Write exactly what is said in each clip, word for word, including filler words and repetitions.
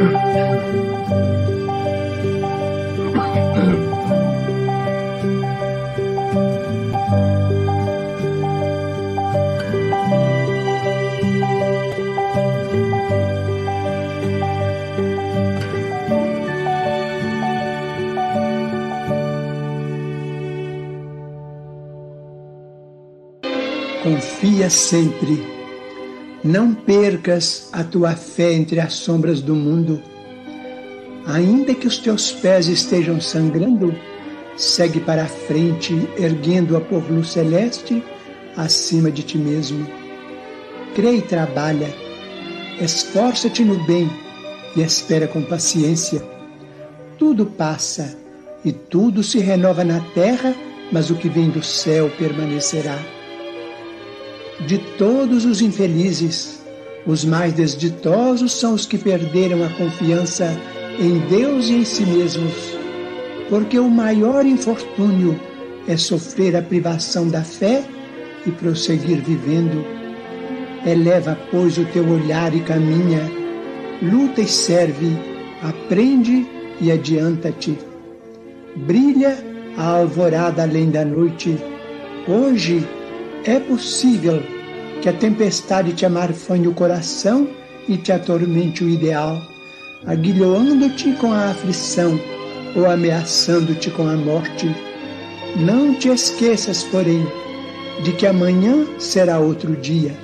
Confia sempre. Não percas a tua fé entre as sombras do mundo. Ainda que os teus pés estejam sangrando, segue para a frente, erguendo-a por luz celeste acima de ti mesmo. Crê e trabalha. Esforça-te no bem e espera com paciência. Tudo passa e tudo se renova na terra, mas o que vem do céu permanecerá. De todos os infelizes, os mais desditosos são os que perderam a confiança em Deus e em si mesmos, porque o maior infortúnio é sofrer a privação da fé e prosseguir vivendo. Eleva, pois, o teu olhar e caminha, luta e serve, aprende e adianta-te. Brilha a alvorada além da noite. Hoje é possível que a tempestade te amarfanhe o coração e te atormente o ideal, aguilhoando-te com a aflição ou ameaçando-te com a morte. Não te esqueças, porém, de que amanhã será outro dia.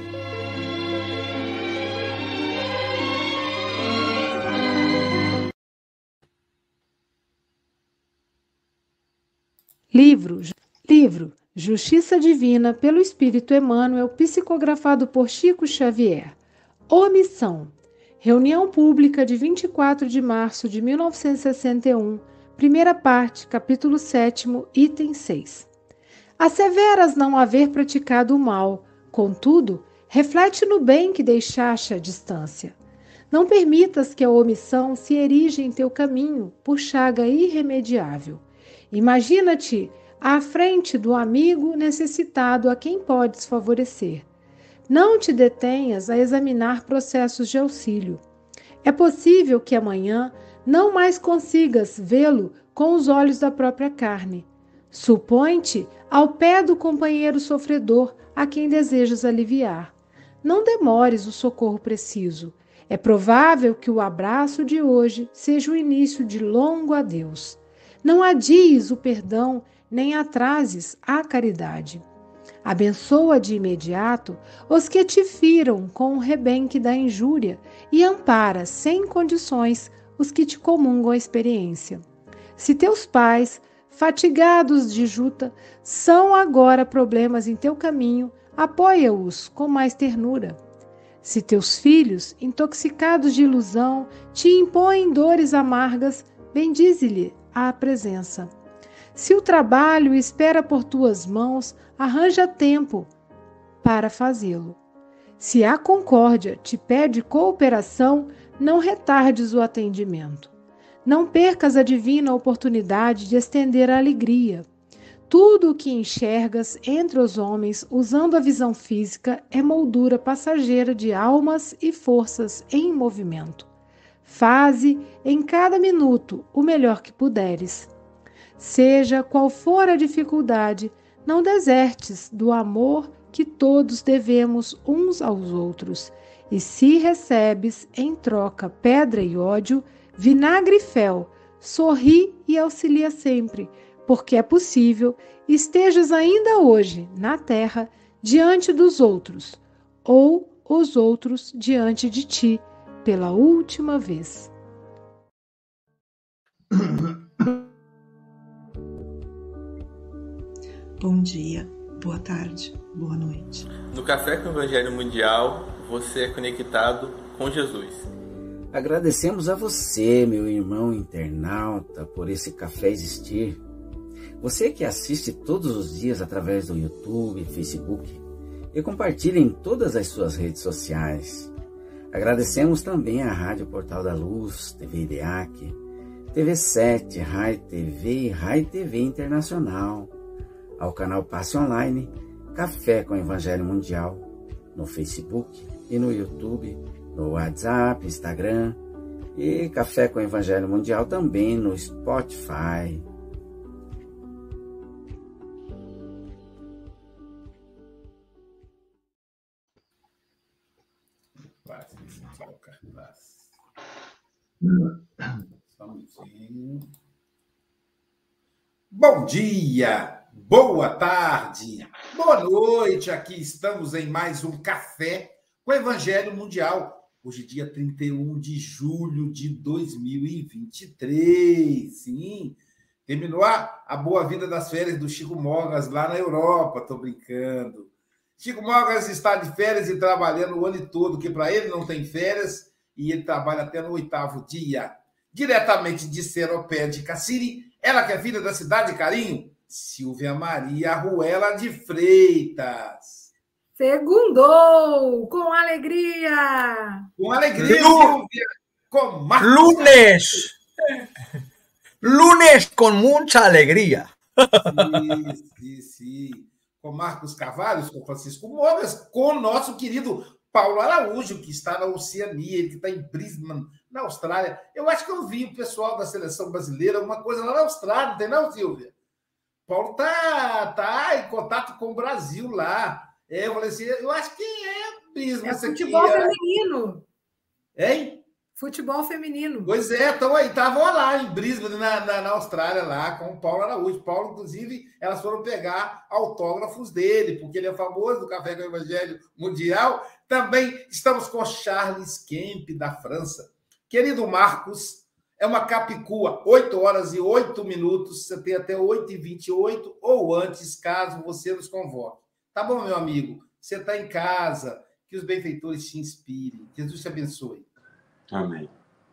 Livro, livro Justiça Divina pelo Espírito Emmanuel, psicografado por Chico Xavier. Omissão. Reunião pública de vinte e quatro de março de mil novecentos e sessenta e um, primeira parte, capítulo sétimo, item seis. Asseveras não haver praticado o mal, contudo, reflete no bem que deixaste à distância. Não permitas que a omissão se erija em teu caminho por chaga irremediável. Imagina-te à frente do amigo necessitado a quem podes favorecer. Não te detenhas a examinar processos de auxílio. É possível que amanhã não mais consigas vê-lo com os olhos da própria carne. Supõe-te ao pé do companheiro sofredor a quem desejas aliviar. Não demores o socorro preciso. É provável que o abraço de hoje seja o início de longo adeus. Não adies o perdão nem atrases a caridade. Abençoa de imediato os que te firam com o rebenque da injúria e ampara sem condições os que te comungam a experiência. Se teus pais, fatigados de juta, são agora problemas em teu caminho, apoia-os com mais ternura. Se teus filhos, intoxicados de ilusão, te impõem dores amargas, bendize-lhe a presença. Se o trabalho espera por tuas mãos, arranja tempo para fazê-lo. Se a concórdia te pede cooperação, não retardes o atendimento. Não percas a divina oportunidade de estender a alegria. Tudo o que enxergas entre os homens, usando a visão física, é moldura passageira de almas e forças em movimento. Faze em cada minuto o melhor que puderes. Seja qual for a dificuldade, não desertes do amor que todos devemos uns aos outros. E se recebes em troca pedra e ódio, vinagre e fel, sorri e auxilia sempre, porque é possível estejas ainda hoje na terra diante dos outros, ou os outros diante de ti, pela última vez. Bom dia, boa tarde, boa noite. No Café com o Evangelho Mundial, você é conectado com Jesus. Agradecemos a você, meu irmão internauta, por esse café existir. Você que assiste todos os dias através do YouTube, Facebook e compartilha em todas as suas redes sociais. Agradecemos também à Rádio Portal da Luz, T V IDEAC, T V sete, Rai T V e Rai T V Internacional, ao canal Passe Online, Café com o Evangelho Mundial, no Facebook e no YouTube, no WhatsApp, Instagram E Café com Evangelho Mundial também no Spotify. Bom dia, boa tarde, boa noite. Aqui estamos em mais um Café com Evangelho Mundial. Hoje, dia trinta e um de julho de dois mil e vinte e três. Sim, terminou a, a boa vida das férias do Chico Mogas lá na Europa. Tô brincando. Chico Mogas está de férias e trabalhando o ano todo, que para ele não tem férias, e ele trabalha até no oitavo dia. Diretamente de Seropé de Cassiri, ela que é filha da cidade de Carinho, Silvia Maria Ruela de Freitas. Segundou, com alegria! Com alegria, Lu... Silvia! Com Marcos... Lunes! Lunes com muita alegria! Sim, sim, sim. Com Marcos Carvalho, com Francisco Mogas, com o nosso querido Paulo Araújo, que está na Oceania, ele que está em Brisbane, na Austrália. Eu acho que eu vi o pessoal da seleção brasileira, uma coisa lá na Austrália, não tem não, Silvia? Paulo tá, tá em contato com o Brasil lá. É, eu falei assim, eu acho que é Brisbane. É futebol aqui, feminino. Hein? Futebol feminino. Pois é, então aí estavam lá em Brisbane, na, na, na Austrália, lá com o Paulo Araújo. Paulo, inclusive, elas foram pegar autógrafos dele, porque ele é famoso do Café com o Evangelho Mundial. Também estamos com Charles Kemp, da França. Querido Marcos, é uma capicua, oito horas e oito minutos, você tem até oito e vinte e oito, ou antes, caso você nos convoque. Tá bom, meu amigo? Você está em casa, que os benfeitores te inspirem. Jesus te abençoe. Amém.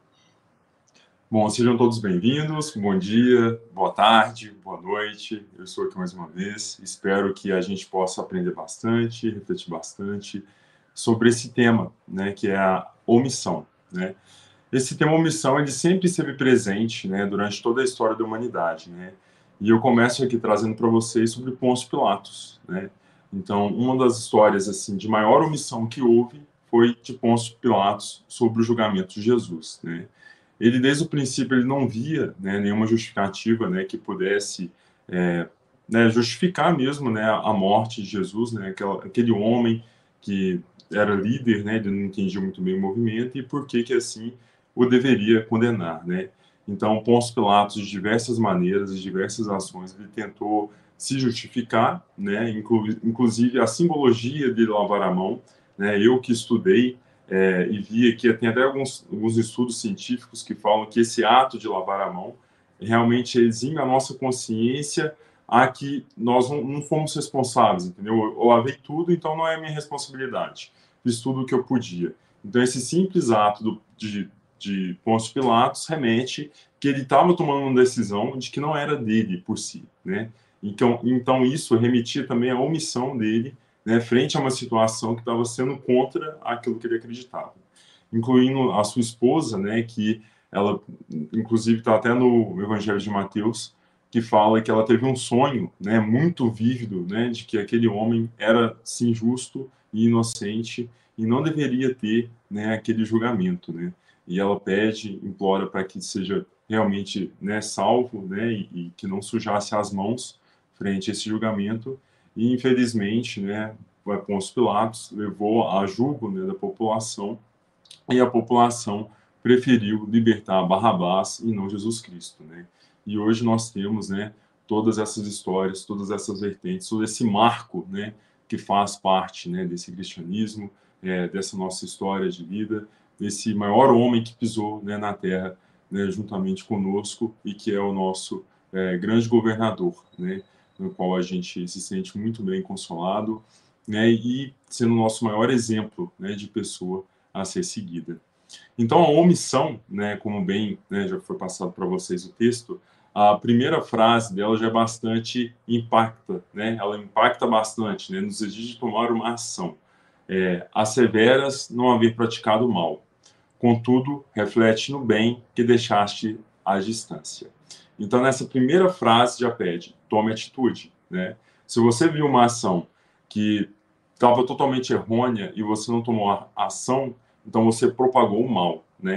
Bom, sejam todos bem-vindos. Bom dia, boa tarde, boa noite. Eu estou aqui mais uma vez. Espero que a gente possa aprender bastante, refletir bastante sobre esse tema, né, que é a omissão, né? Esse tema omissão, ele sempre esteve presente, né, durante toda a história da humanidade, né? E eu começo aqui trazendo para vocês sobre Pôncio Pilatos, né? Então, uma das histórias assim de maior omissão que houve foi de Pôncio Pilatos sobre o julgamento de Jesus, né? Ele, desde o princípio, ele não via, né, nenhuma justificativa, né, que pudesse é, né, justificar mesmo, né, a morte de Jesus, né, aquela, aquele homem que era líder, né, ele não entendia muito bem o movimento e por que que assim o deveria condenar, né? Então, Pôncio Pilatos, de diversas maneiras, de diversas ações, ele tentou se justificar, né, inclu inclusive a simbologia de lavar a mão, né, eu que estudei é, e vi que tem até alguns, alguns estudos científicos que falam que esse ato de lavar a mão realmente exime a nossa consciência a que nós não, não fomos responsáveis, entendeu? Eu lavei tudo, então não é minha responsabilidade. Fiz tudo o que eu podia. Então, esse simples ato do, de, de Pôncio Pilatos remete que ele estava tomando uma decisão de que não era dele por si, né? Então, então isso remetia também à omissão dele, né, frente a uma situação que estava sendo contra aquilo que ele acreditava, incluindo a sua esposa, né, que ela, inclusive, está até no Evangelho de Mateus, que fala que ela teve um sonho, né, muito vívido, né, de que aquele homem era, sim, justo e inocente e não deveria ter, né, aquele julgamento, né, e ela pede, implora para que seja realmente, né, salvo, né, e, e que não sujasse as mãos frente a esse julgamento. E, infelizmente, né, o Pôncio Pilatos levou a julgo, né, da população, e a população preferiu libertar Barrabás e não Jesus Cristo, né? E hoje nós temos, né, todas essas histórias, todas essas vertentes, todo esse marco, né, que faz parte, né, desse cristianismo, é, dessa nossa história de vida, desse maior homem que pisou, né, na Terra, né, juntamente conosco, e que é o nosso é, grande governador, né, no qual a gente se sente muito bem consolado, né, e sendo o nosso maior exemplo, né, de pessoa a ser seguida. Então, a omissão, né, como bem, né, já foi passado para vocês o texto, a primeira frase dela já é bastante impacta, né, ela impacta bastante, né, nos exige tomar uma ação. É, asseveras não haver praticado mal, contudo, reflete no bem que deixaste à distância. Então, nessa primeira frase já pede, tome atitude, né? Se você viu uma ação que estava totalmente errônea e você não tomou a ação, então você propagou o mal, né?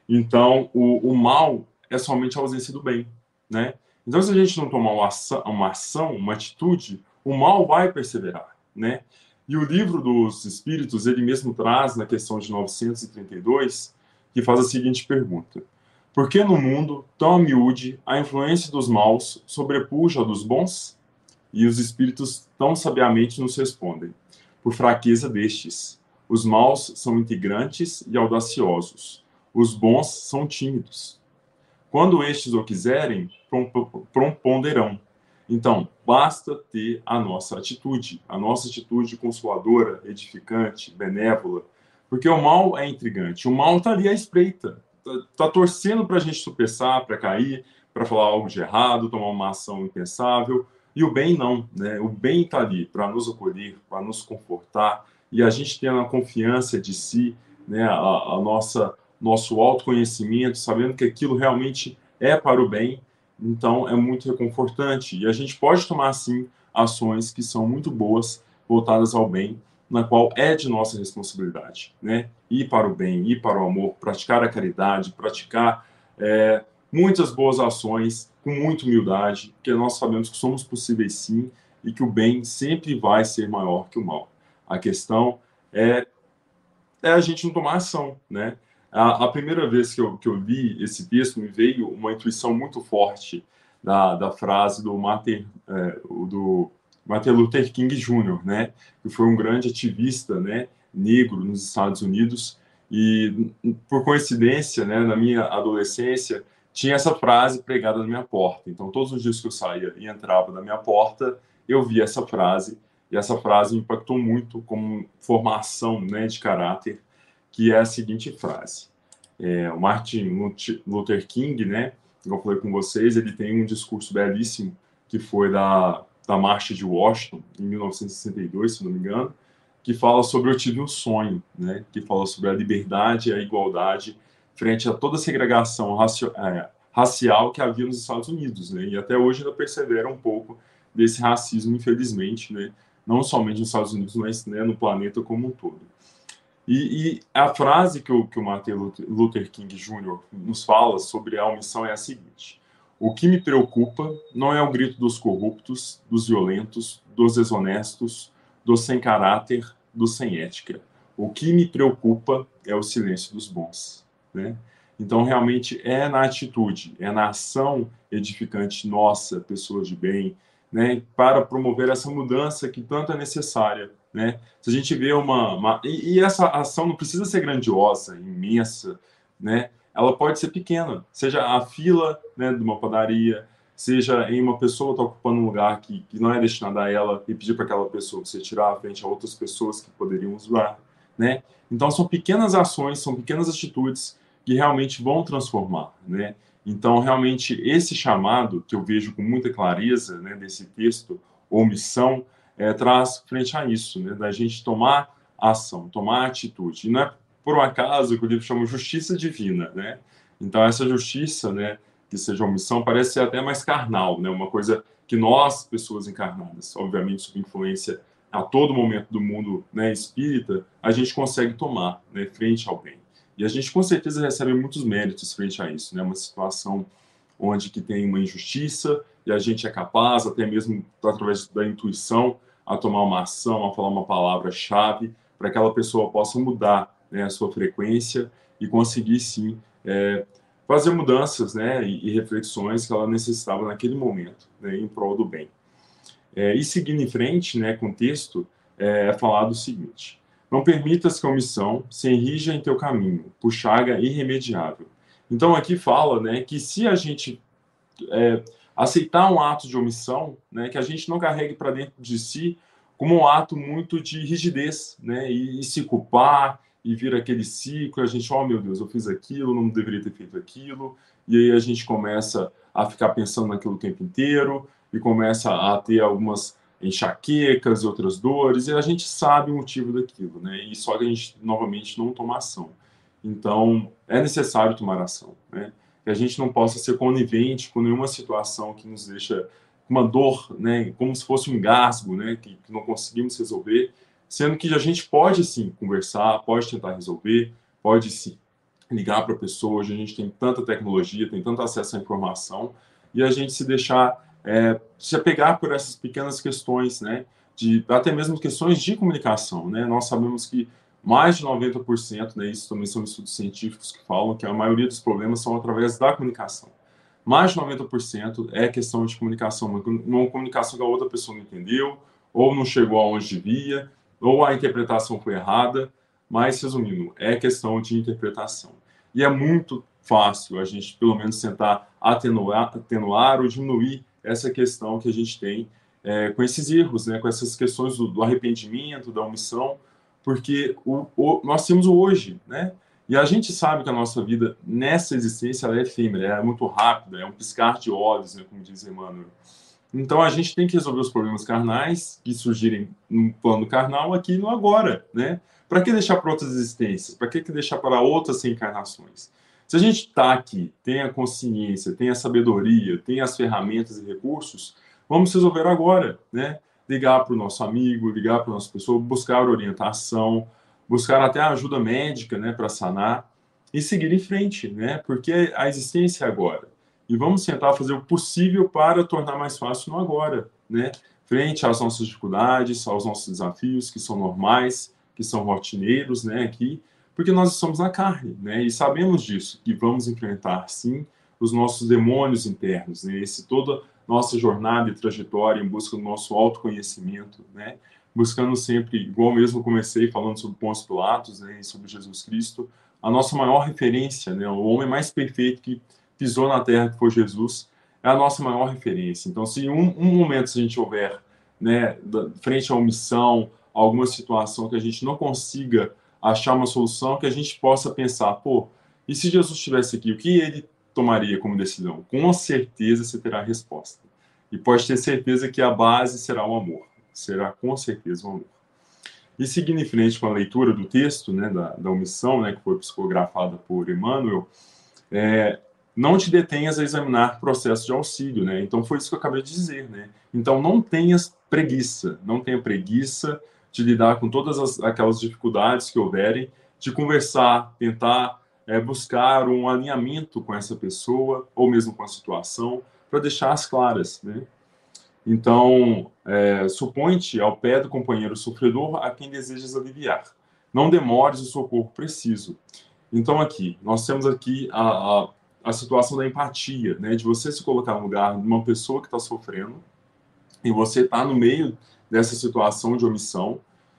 Então, o, o mal é somente a ausência do bem, né? Então, se a gente não tomar uma ação, uma, ação, uma atitude, o mal vai perseverar, né? E o livro dos Espíritos, ele mesmo traz, na questão de novecentos e trinta e dois, que faz a seguinte pergunta: por que no mundo, tão a miúde, a influência dos maus sobrepuja a dos bons? E os Espíritos tão sabiamente nos respondem: por fraqueza destes. Os maus são integrantes e audaciosos. Os bons são tímidos. Quando estes o quiserem, proponderão. Então, basta ter a nossa atitude, a nossa atitude consoladora, edificante, benévola, porque o mal é intrigante, o mal está ali à espreita, está torcendo para a gente tropeçar, para cair, para falar algo de errado, tomar uma ação impensável, e o bem não, né? O bem está ali para nos acolher, para nos confortar, e a gente tendo a confiança de si, né? a, a nossa, nosso autoconhecimento, sabendo que aquilo realmente é para o bem. Então, é muito reconfortante. E a gente pode tomar, sim, ações que são muito boas, voltadas ao bem, na qual é de nossa responsabilidade, né? Ir para o bem, ir para o amor, praticar a caridade, praticar é, muitas boas ações, com muita humildade, porque nós sabemos que somos possíveis, sim, e que o bem sempre vai ser maior que o mal. A questão é, é a gente não tomar ação, né? A, a primeira vez que eu, que eu li esse texto, me veio uma intuição muito forte da, da frase do Martin, é, do Martin Luther King Júnior, né? Que foi um grande ativista, né, negro nos Estados Unidos. E, por coincidência, né, na minha adolescência, tinha essa frase pregada na minha porta. Então, todos os dias que eu saía e entrava da minha porta, eu via essa frase. E essa frase me impactou muito como formação, né, de caráter, que é a seguinte frase. É, o Martin Luther King, né, como eu falei com vocês, ele tem um discurso belíssimo, que foi da, da Marcha de Washington, em mil novecentos e sessenta e dois, se não me engano, que fala sobre Eu Tive um Sonho, né, que fala sobre a liberdade e a igualdade frente a toda a segregação raci é, racial que havia nos Estados Unidos, né, e até hoje ainda persevera um pouco desse racismo, infelizmente, né, não somente nos Estados Unidos, mas, né, no planeta como um todo. E, e a frase que o, que o Martin Luther King Júnior nos fala sobre a omissão é a seguinte: o que me preocupa não é o grito dos corruptos, dos violentos, dos desonestos, dos sem caráter, dos sem ética. O que me preocupa é o silêncio dos bons, né? Então, realmente, é na atitude, é na ação edificante nossa, pessoas de bem, né, para promover essa mudança que tanto é necessária, né? Se a gente vê uma... uma e, e essa ação não precisa ser grandiosa, imensa, né? Ela pode ser pequena, seja a fila, né, de uma padaria, seja em uma pessoa que está ocupando um lugar que, que não é destinado a ela e pedir para aquela pessoa que você tirar à frente a outras pessoas que poderiam usar, né? Então, são pequenas ações, são pequenas atitudes que realmente vão transformar, né? Então, realmente, esse chamado, que eu vejo com muita clareza, né, desse texto, omissão, é, traz frente a isso, né, da gente tomar ação, tomar atitude. E não é por um acaso que o livro chama Justiça Divina, né? Então, essa justiça, né, que seja omissão, parece ser até mais carnal, né? Uma coisa que nós, pessoas encarnadas, obviamente sob influência a todo momento do mundo, né, espírita, a gente consegue tomar, né, frente ao bem. E a gente, com certeza, recebe muitos méritos frente a isso, né? Uma situação onde que tem uma injustiça e a gente é capaz, até mesmo através da intuição, a tomar uma ação, a falar uma palavra-chave para que aquela pessoa possa mudar, né, a sua frequência e conseguir, sim, é, fazer mudanças, né, e, e reflexões que ela necessitava naquele momento, né, em prol do bem. É, e seguindo em frente, né, com o texto, é, é falado o seguinte: não permitas que a omissão se enrija em teu caminho, por chaga irremediável. Então, aqui fala, né, que se a gente é, aceitar um ato de omissão, né, que a gente não carregue para dentro de si como um ato muito de rigidez, né, e, e se culpar, e vir aquele ciclo, a gente, oh meu Deus, eu fiz aquilo, não deveria ter feito aquilo, e aí a gente começa a ficar pensando naquilo o tempo inteiro, e começa a ter algumas enxaquecas e outras dores, e a gente sabe o motivo daquilo, né? E só que a gente, novamente, não toma ação. Então, é necessário tomar ação, né? Que a gente não possa ser conivente com nenhuma situação que nos deixa uma dor, né? Como se fosse um engasgo, né? Que, que não conseguimos resolver, sendo que a gente pode, sim, conversar, pode tentar resolver, pode, sim, ligar para a pessoa. Hoje a gente tem tanta tecnologia, tem tanto acesso à informação, e a gente se deixar, é, se apegar por essas pequenas questões, né, de, até mesmo questões de comunicação, né? Nós sabemos que mais de noventa por cento, né, isso também são estudos científicos que falam que a maioria dos problemas são através da comunicação. Mais de noventa por cento é questão de comunicação, uma comunicação que a outra pessoa não entendeu, ou não chegou aonde devia, ou a interpretação foi errada, mas, resumindo, é questão de interpretação. E é muito fácil a gente, pelo menos, tentar atenuar, atenuar ou diminuir essa questão que a gente tem é, com esses erros, né, com essas questões do, do arrependimento, da omissão, porque o, o, nós temos o hoje, né? E a gente sabe que a nossa vida, nessa existência, ela é efêmera, ela é muito rápida, é um piscar de olhos, né, como diz Emmanuel. Então, a gente tem que resolver os problemas carnais que surgirem no plano carnal aqui e no agora, né? Para que deixar para outras existências? Para que deixar para outras reencarnações? Se a gente está aqui, tem a consciência, tem a sabedoria, tem as ferramentas e recursos, vamos resolver agora, né? Ligar para o nosso amigo, ligar para a nossa pessoa, buscar orientação, buscar até a ajuda médica, né, para sanar e seguir em frente, né? Porque a existência é agora. E vamos tentar fazer o possível para tornar mais fácil no agora, né? Frente às nossas dificuldades, aos nossos desafios, que são normais, que são rotineiros, né, aqui, porque nós estamos na carne, né? E sabemos disso, que vamos enfrentar, sim, os nossos demônios internos, né? Esse toda nossa jornada e trajetória em busca do nosso autoconhecimento, né? Buscando sempre, igual mesmo comecei falando sobre Pôncio Pilatos, né, e sobre Jesus Cristo, a nossa maior referência, né, o homem mais perfeito que pisou na terra, que foi Jesus, é a nossa maior referência. Então, se um, um momento se a gente houver, né, frente a omissão, alguma situação que a gente não consiga achar uma solução, que a gente possa pensar, pô, e se Jesus estivesse aqui, o que ele tomaria como decisão? Com certeza você terá a resposta. E pode ter certeza que a base será o amor. Será com certeza o amor. E seguindo em frente com a leitura do texto, né, da, da omissão, né, que foi psicografada por Emmanuel, é, não te detenhas a examinar processo de auxílio, né? Então foi isso que eu acabei de dizer, né? Então não tenhas preguiça, não tenha preguiça de lidar com todas as, aquelas dificuldades que houverem, de conversar, tentar é, buscar um alinhamento com essa pessoa, ou mesmo com a situação, para deixar-as claras, né? Então, é, supõe-te ao pé do companheiro sofredor a quem desejas aliviar. Não demores o socorro preciso. Então, aqui, nós temos aqui a, a, a situação da empatia, né? De você se colocar no lugar de uma pessoa que está sofrendo, e você está no meio dessa situação de omissão,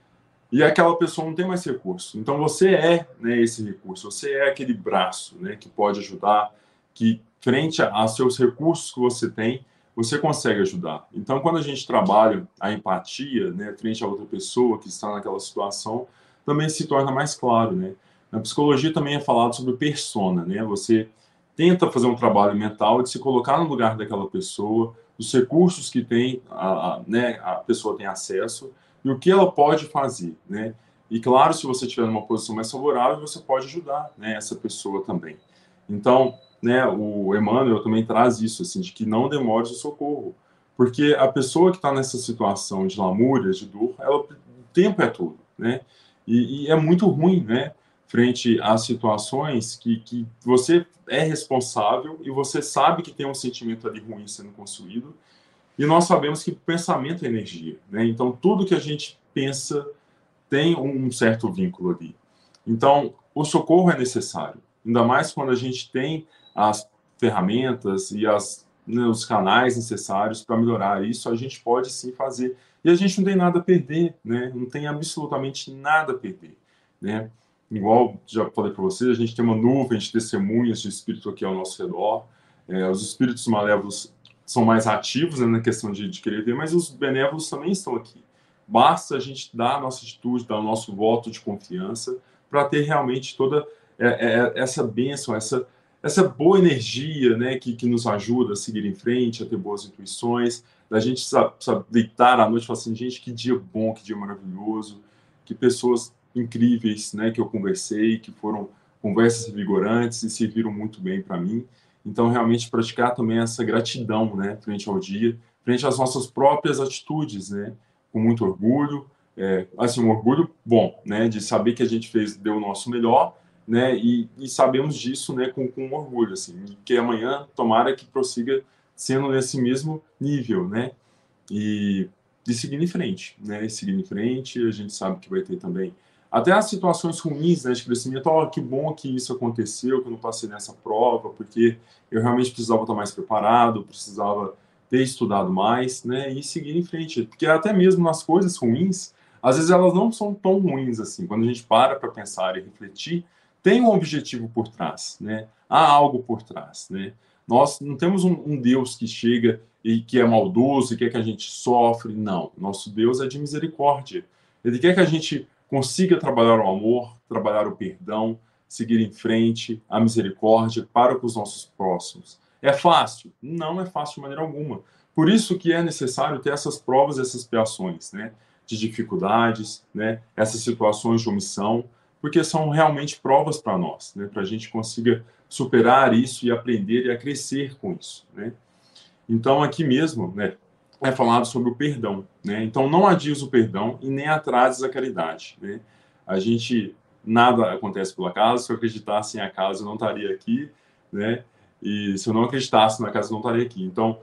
e aquela pessoa não tem mais recurso. Então, você é, né, esse recurso, você é aquele braço, né, que pode ajudar, que frente a seus recursos que você tem, você consegue ajudar. Então, quando a gente trabalha a empatia, né, frente a outra pessoa que está naquela situação, também se torna mais claro, né? Na psicologia também é falado sobre persona, né? Você tenta fazer um trabalho mental de se colocar no lugar daquela pessoa, os recursos que tem, a, a, né, a pessoa tem acesso e o que ela pode fazer, né? E claro, se você estiver numa posição mais favorável, você pode ajudar, né, essa pessoa também. Então, né, o Emmanuel também traz isso, assim, de que não demore o socorro, porque a pessoa que está nessa situação de lamúria, de dor, ela, o tempo é todo, né, e, e é muito ruim, né, frente às situações que, que você é responsável e você sabe que tem um sentimento ali ruim sendo construído, e nós sabemos que pensamento é energia, né, então tudo que a gente pensa tem um certo vínculo ali. Então, o socorro é necessário, ainda mais quando a gente tem as ferramentas e as, né, os canais necessários para melhorar isso, a gente pode sim fazer. E a gente não tem nada a perder, né? Não tem absolutamente nada a perder, né? Igual já falei para vocês, a gente tem uma nuvem de testemunhas de espírito aqui ao nosso redor. É, os espíritos malévolos são mais ativos, né, na questão de, de querer ver, mas os benévolos também estão aqui. Basta a gente dar a nossa atitude, dar o nosso voto de confiança para ter realmente toda é, é, essa bênção, essa essa boa energia, né, que, que nos ajuda a seguir em frente, a ter boas intuições, da gente sabe, sabe, deitar à noite e falar assim, gente, que dia bom, que dia maravilhoso, que pessoas incríveis, né, que eu conversei, que foram conversas vigorantes e serviram muito bem para mim. Então, realmente, praticar também essa gratidão, né, frente ao dia, frente às nossas próprias atitudes, né, com muito orgulho, é, assim, um orgulho bom, né, de saber que a gente fez, deu o nosso melhor, né, e, e sabemos disso, né, com, com orgulho, assim, que amanhã, tomara que prossiga sendo nesse mesmo nível, né, e, e seguindo em frente, né, e seguindo em frente, a gente sabe que vai ter também até as situações ruins, né, de crescimento. Ó, que bom que isso aconteceu, que eu não passei nessa prova, porque eu realmente precisava estar mais preparado, precisava ter estudado mais, né, e seguir em frente, porque até mesmo nas coisas ruins, às vezes elas não são tão ruins assim, quando a gente para para pensar e refletir, tem um objetivo por trás, né, há algo por trás, né, nós não temos um, um Deus que chega e que é maldoso e quer que a gente sofre, não, nosso Deus é de misericórdia, Ele quer que a gente consiga trabalhar o amor, trabalhar o perdão, seguir em frente, a misericórdia para com os nossos próximos. É fácil? Não é fácil de maneira alguma. Por isso que é necessário ter essas provas, essas expiações, né, de dificuldades, né, essas situações de omissão, porque são realmente provas para nós, né, para a gente consiga superar isso e aprender e a crescer com isso, né. Então, aqui mesmo, né, é falado sobre o perdão, né? Então, não adies o perdão e nem atrases a caridade, né? A gente, nada acontece por acaso, se eu acreditasse em acaso, eu não estaria aqui, né? E se eu não acreditasse no acaso, eu não estaria aqui. Então,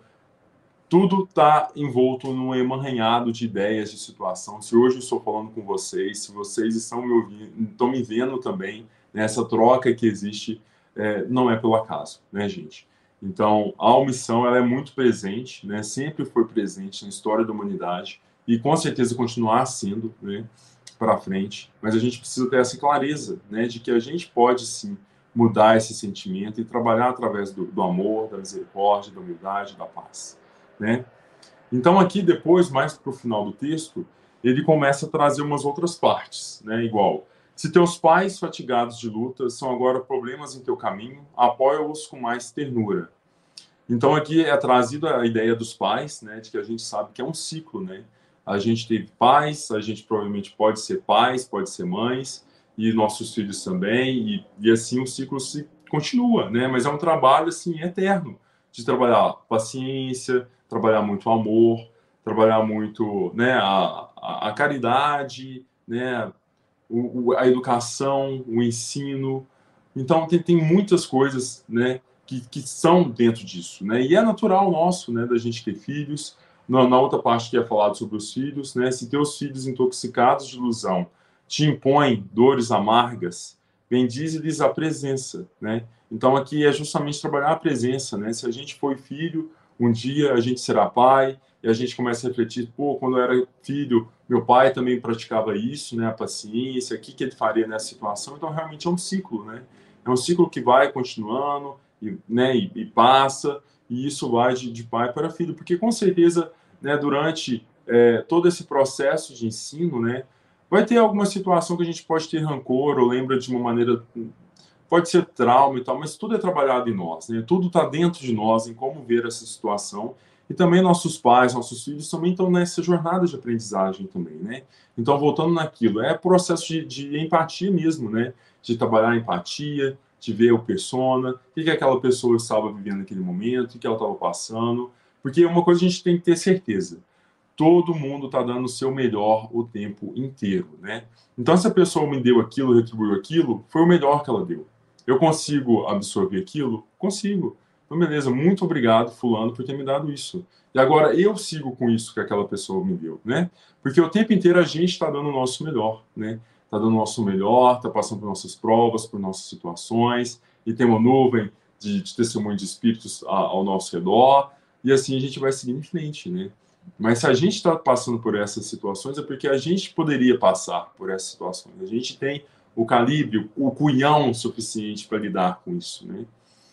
tudo está envolto num emaranhado de ideias, de situação. Se hoje eu estou falando com vocês, se vocês estão me ouvindo, estão me vendo também, né, essa troca que existe, é, não é pelo acaso, né, gente? Então, a omissão ela é muito presente, né? Sempre foi presente na história da humanidade e com certeza continuar sendo, né, para frente. Mas a gente precisa ter essa clareza, né, de que a gente pode sim mudar esse sentimento e trabalhar através do, do amor, da misericórdia, da humildade, da paz, né? Então, aqui depois, mais para o final do texto, ele começa a trazer umas outras partes, né? Igual, se teus pais fatigados de luta são agora problemas em teu caminho, apoia-os com mais ternura. Então aqui é trazida a ideia dos pais, né, de que a gente sabe que é um ciclo, né? A gente teve pais, a gente provavelmente pode ser pais, pode ser mães, e nossos filhos também, e, e assim o ciclo se continua, né? Mas é um trabalho assim eterno, de trabalhar paciência, trabalhar muito amor, trabalhar muito, né, a, a, a caridade, né, o, o, a educação, o ensino. Então tem, tem muitas coisas, né, que, que são dentro disso, né? E é natural nosso, né, da gente ter filhos. Na, na outra parte que é falado sobre os filhos, né? Se teus filhos intoxicados de ilusão te impõem dores amargas, bendize-lhes a presença, né? Então aqui é justamente trabalhar a presença, né? Se a gente foi filho, um dia a gente será pai, e a gente começa a refletir, pô, quando eu era filho, meu pai também praticava isso, né? A paciência, o que, que ele faria nessa situação? Então realmente é um ciclo, né? É um ciclo que vai continuando, e, né, e, e passa, e isso vai de, de pai para filho, porque com certeza, né, durante é, todo esse processo de ensino, né, vai ter alguma situação que a gente pode ter rancor, ou lembra de uma maneira, pode ser trauma e tal, mas tudo é trabalhado em nós, né, tudo está dentro de nós, em como ver essa situação, e também nossos pais, nossos filhos também estão nessa jornada de aprendizagem também, né, então voltando naquilo, é processo de, de empatia mesmo, né, de trabalhar a empatia, de ver o persona, o que, que aquela pessoa estava vivendo naquele momento, o que ela estava passando, porque uma coisa a gente tem que ter certeza, todo mundo está dando o seu melhor o tempo inteiro, né? Então, se a pessoa me deu aquilo, retribuiu aquilo, foi o melhor que ela deu. Eu consigo absorver aquilo? Consigo. Então, beleza, muito obrigado, fulano, por ter me dado isso. E agora eu sigo com isso que aquela pessoa me deu, né? Porque o tempo inteiro a gente está dando o nosso melhor, né? Está dando o nosso melhor, está passando por nossas provas, por nossas situações, e tem uma nuvem de, de testemunho de espíritos a, ao nosso redor, e assim a gente vai seguindo em frente, né? Mas se a gente está passando por essas situações, é porque a gente poderia passar por essas situações. A gente tem o calibre, o cunhão suficiente para lidar com isso, né?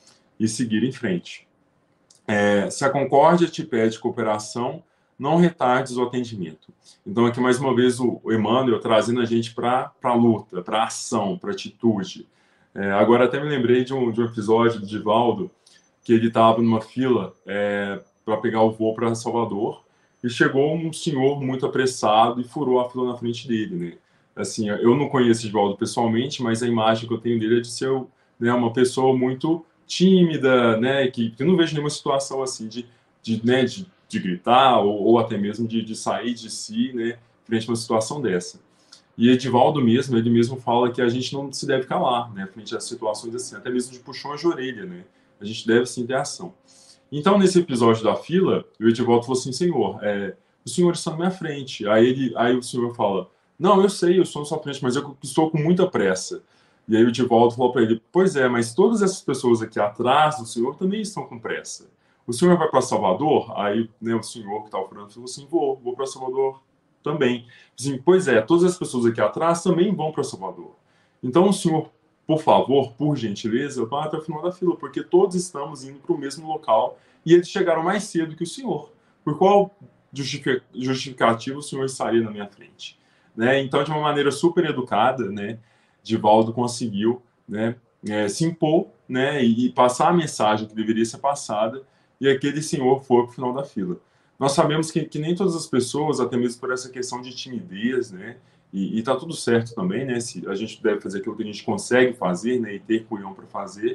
E seguir em frente. É, se a concórdia te pede cooperação, não retardes o atendimento. Então, aqui, mais uma vez, o Emmanuel trazendo a gente para a luta, para a ação, para a atitude. É, agora, até me lembrei de um, de um episódio do Divaldo, que ele estava numa fila é, para pegar o voo para Salvador, e chegou um senhor muito apressado e furou a fila na frente dele, né? Assim, eu não conheço o Divaldo pessoalmente, mas a imagem que eu tenho dele é de ser, né, uma pessoa muito tímida, né, que, que eu não vejo nenhuma situação assim de, de, né, de de gritar, ou, ou até mesmo de, de sair de si, né, frente a uma situação dessa. E Edivaldo mesmo, ele mesmo fala que a gente não se deve calar, né, frente a situações assim, até mesmo de puxões de orelha, né? A gente deve sim ter ação. Então, nesse episódio da fila, o Edivaldo falou assim, Senhor, é, o Senhor está na minha frente. Aí, ele, aí o Senhor fala, não, eu sei, eu estou na sua frente, mas eu estou com muita pressa. E aí o Edivaldo falou para ele, pois é, mas todas essas pessoas aqui atrás do Senhor também estão com pressa. O Senhor vai para Salvador? Aí, né, o Senhor que estava falando falou assim, vou, vou para Salvador também. Assim, pois é, todas as pessoas aqui atrás também vão para Salvador. Então, o Senhor, por favor, por gentileza, vá até o final da fila, porque todos estamos indo para o mesmo local e eles chegaram mais cedo que o Senhor. Por qual justificativo o Senhor estaria na minha frente? Né? Então, de uma maneira super educada, né, Edivaldo conseguiu, né, é, se impor, né, e passar a mensagem que deveria ser passada, e aquele senhor foi para o final da fila. Nós sabemos que, que nem todas as pessoas, até mesmo por essa questão de timidez, né, e, e tá tudo certo também, né, se a gente deve fazer aquilo que a gente consegue fazer, né, e ter culhão para fazer,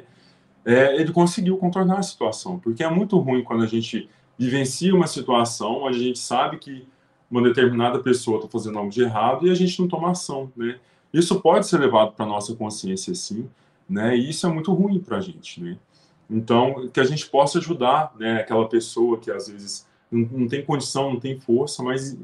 é, ele conseguiu contornar a situação, porque é muito ruim quando a gente vivencia uma situação onde a gente sabe que uma determinada pessoa está fazendo algo de errado e a gente não toma ação, né. Isso pode ser levado para a nossa consciência, sim, né, e isso é muito ruim para a gente, né. Então, que a gente possa ajudar, né, aquela pessoa que às vezes não, não tem condição, não tem força, mas,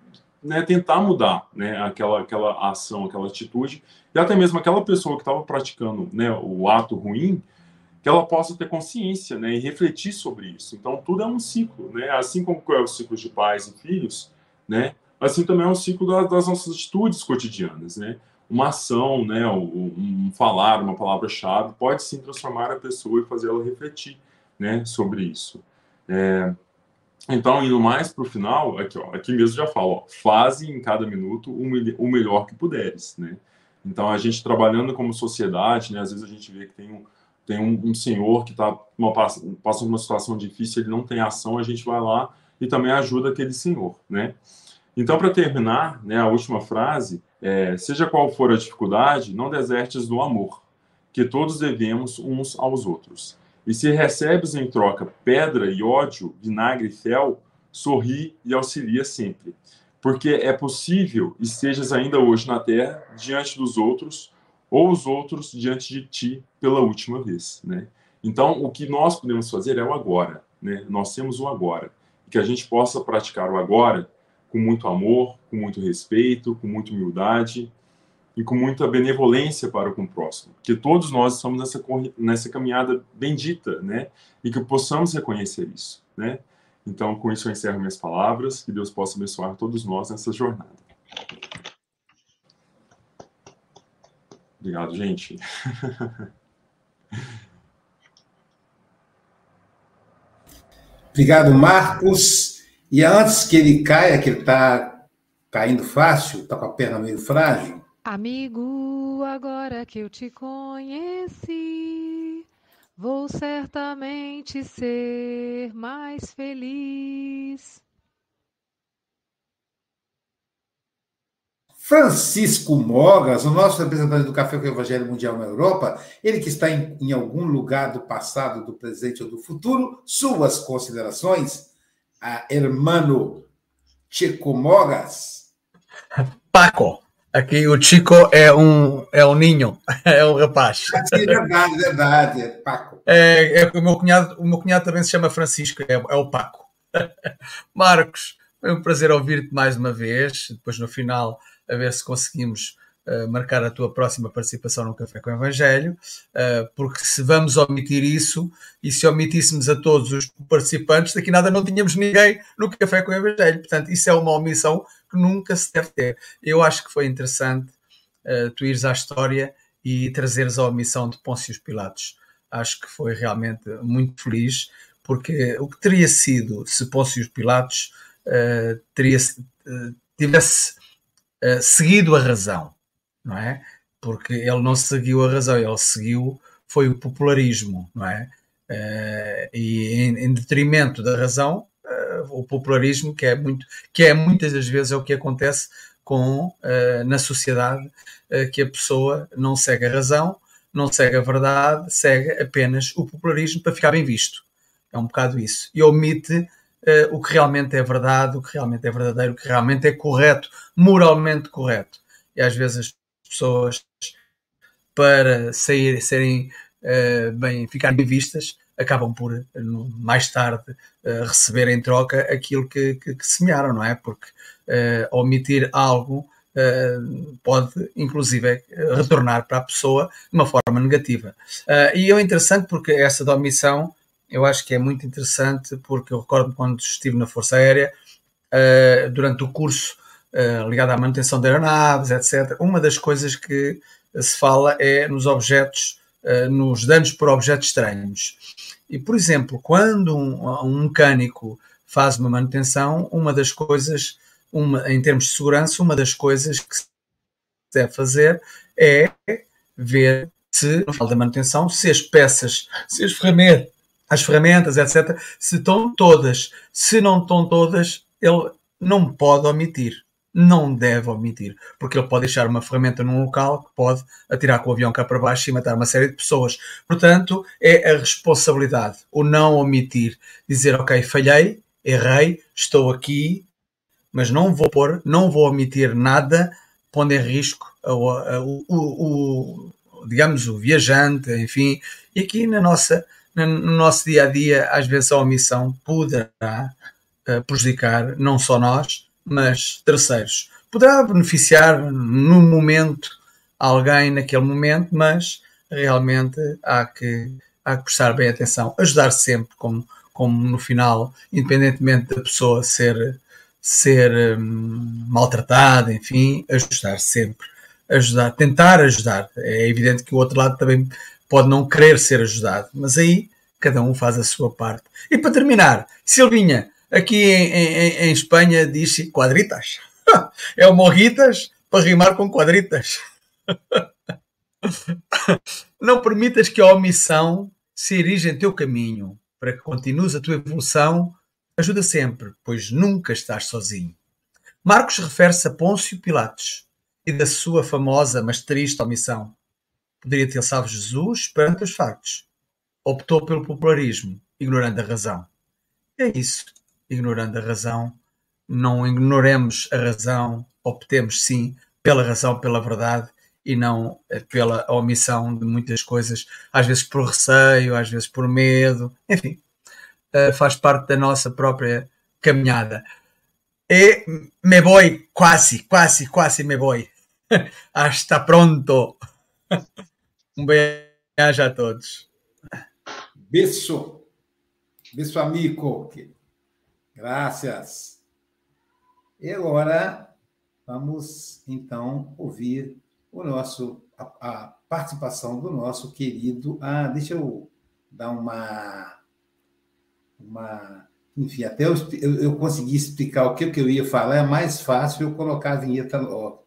né, tentar mudar, né, aquela, aquela ação, aquela atitude, e até mesmo aquela pessoa que estava praticando, né, o ato ruim, que ela possa ter consciência, né, e refletir sobre isso. Então, tudo é um ciclo, né, assim como é o ciclo de pais e filhos, né, assim também é um ciclo das, das nossas atitudes cotidianas, né. Uma ação, né, um, um falar, uma palavra-chave, pode sim transformar a pessoa e fazer ela refletir, né, sobre isso. É, então, indo mais para o final, aqui, ó, aqui mesmo já falo, ó, faze em cada minuto o, o melhor que puderes, né. Então, a gente trabalhando como sociedade, né, às vezes a gente vê que tem um, tem um, um senhor que está passando por uma situação difícil, ele não tem ação, a gente vai lá e também ajuda aquele senhor, né. Então, para terminar, né, a última frase, é, seja qual for a dificuldade, não desertes do amor, que todos devemos uns aos outros. E se recebes em troca pedra e ódio, vinagre e fel, sorri e auxilia sempre. Porque é possível estejas ainda hoje na terra, diante dos outros, ou os outros diante de ti pela última vez, né? Então, o que nós podemos fazer é o agora, né? Nós temos o agora. E que a gente possa praticar o agora com muito amor, com muito respeito, com muita humildade e com muita benevolência para com o próximo. Que todos nós estamos nessa, nessa caminhada bendita, né? E que possamos reconhecer isso, né? Então, com isso eu encerro minhas palavras. Que Deus possa abençoar todos nós nessa jornada. Obrigado, gente. Obrigado, Marcos. E antes que ele caia, que ele está caindo fácil, está com a perna meio frágil. Amigo, agora que eu te conheci, vou certamente ser mais feliz. Francisco Mogas, o nosso representante do Café com o Evangelho Mundial na Europa, ele que está em, em algum lugar do passado, do presente ou do futuro, suas considerações, a hermano Chico Mogas. Paco, aqui o Chico é um, é um ninho, é um rapaz. É verdade, verdade, é Paco. É, é, o, meu cunhado, o meu cunhado também se chama Francisco, é, é o Paco. Marcos, foi um prazer ouvir-te mais uma vez, depois no final a ver se conseguimos uh, marcar a tua próxima participação no Café com o Evangelho, uh, porque se vamos omitir isso, e se omitíssemos a todos os participantes, daqui nada não tínhamos ninguém no Café com o Evangelho. Portanto, isso é uma omissão que nunca se deve ter. Eu acho que foi interessante uh, tu ires à história e trazeres a omissão de Pôncio Pilatos. Acho que foi realmente muito feliz, porque o que teria sido se Pôncio Pilatos uh, teria, uh, tivesse Uh, seguido a razão, não é? Porque ele não seguiu a razão, ele seguiu, foi o popularismo, não é? Uh, e em, em detrimento da razão, uh, o popularismo, que é, muito, que é muitas das vezes é o que acontece com, uh, na sociedade, uh, que a pessoa não segue a razão, não segue a verdade, segue apenas o popularismo para ficar bem visto. É um bocado isso. E omite Uh, o que realmente é verdade, o que realmente é verdadeiro, o que realmente é correto, moralmente correto. e às vezes as pessoas, para sair, serem uh, bem, ficarem bem vistas, acabam por, mais tarde, uh, receber em troca aquilo que, que, que semearam, não é? Porque uh, omitir algo uh, pode, inclusive, retornar para a pessoa de uma forma negativa. Uh, e é interessante porque essa da omissão, eu acho que é muito interessante, porque eu recordo quando estive na Força Aérea, uh, durante o curso uh, ligado à manutenção de aeronaves, etcétera, uma das coisas que se fala é nos objetos, uh, nos danos por objetos estranhos. E, por exemplo, quando um, um mecânico faz uma manutenção, uma das coisas, uma, em termos de segurança, uma das coisas que se deve fazer é ver se, no final da manutenção, se as peças, se as ferramentas, as ferramentas, etcétera, se estão todas. Se não estão todas, ele não pode omitir. Não deve omitir, porque ele pode deixar uma ferramenta num local que pode atirar com o avião cá para baixo e matar uma série de pessoas. Portanto, é a responsabilidade, o não omitir, dizer, ok, falhei, errei, estou aqui, mas não vou pôr, não vou omitir nada, pondo em risco o, o, o, o, digamos, o viajante, enfim, e aqui na nossa, no nosso dia-a-dia, às vezes a omissão poderá uh, prejudicar não só nós, mas terceiros. Poderá beneficiar no momento alguém naquele momento, mas realmente há que, há que prestar bem atenção. Ajudar sempre, como, como no final, independentemente da pessoa ser, ser hum, maltratada, enfim, ajudar sempre. Ajudar, tentar ajudar. É evidente que o outro lado também pode não querer ser ajudado, mas aí cada um faz a sua parte. E para terminar, Silvinha, aqui em, em, em Espanha diz-se quadritas. É o morritas para rimar com quadritas. Não permitas que a omissão se erija em teu caminho. Para que continues a tua evolução, ajuda sempre, pois nunca estás sozinho. Marcos refere-se a Pôncio Pilatos e da sua famosa, mas triste omissão. Poderia ter salvo Jesus perante os factos. Optou pelo popularismo, ignorando a razão. É isso. Ignorando a razão, não ignoremos a razão, optemos sim pela razão, pela verdade e não pela omissão de muitas coisas, às vezes por receio, às vezes por medo, enfim, faz parte da nossa própria caminhada. E me voy, quase, quase, quase me voy. Hasta pronto. Um beijo a todos. Beijo. Beijo, amigo. Graças. E agora vamos então ouvir o nosso a, a participação do nosso querido. Ah, deixa eu dar uma uma enfim, até eu, eu, eu consegui explicar o que, que eu ia falar, é mais fácil eu colocar a vinheta logo.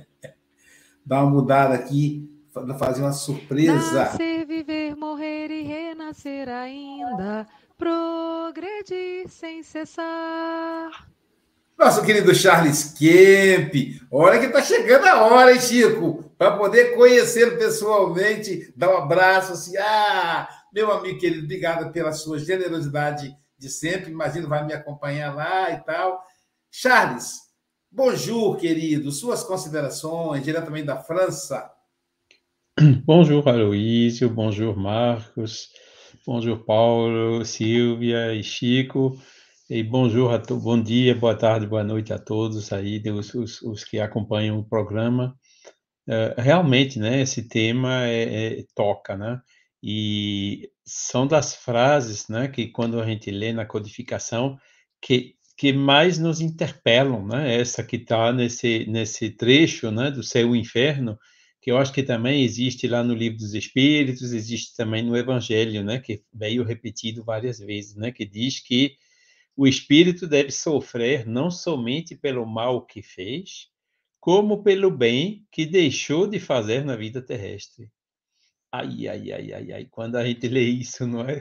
Dar uma mudada aqui, fazer uma surpresa. Nascer, viver, morrer e renascer ainda. Progredir sem cessar. Nosso querido Charles Kemp, olha que está chegando a hora, hein, Chico? Para poder conhecê-lo pessoalmente, dar um abraço, assim, ah, meu amigo querido, obrigado pela sua generosidade de sempre, imagino vai me acompanhar lá e tal. Charles, bonjour, querido, suas considerações, diretamente da França. Bonjour, Aloísio, bonjour, Marcos. Bonjour, Paulo, Silvia e Chico. E bonjour a to... bom dia, boa tarde, boa noite a todos aí, os, os, os que acompanham o programa. Uh, realmente, né, esse tema é, é, toca, né? E são das frases, né, que quando a gente lê na codificação, que, que mais nos interpelam, né? Essa que está nesse, nesse trecho, né, do céu e inferno, que eu acho que também existe lá no Livro dos Espíritos, existe também no Evangelho, né, que veio repetido várias vezes, né, que diz que o espírito deve sofrer não somente pelo mal que fez, como pelo bem que deixou de fazer na vida terrestre. Ai, ai, ai, ai, ai, quando a gente lê isso, não é?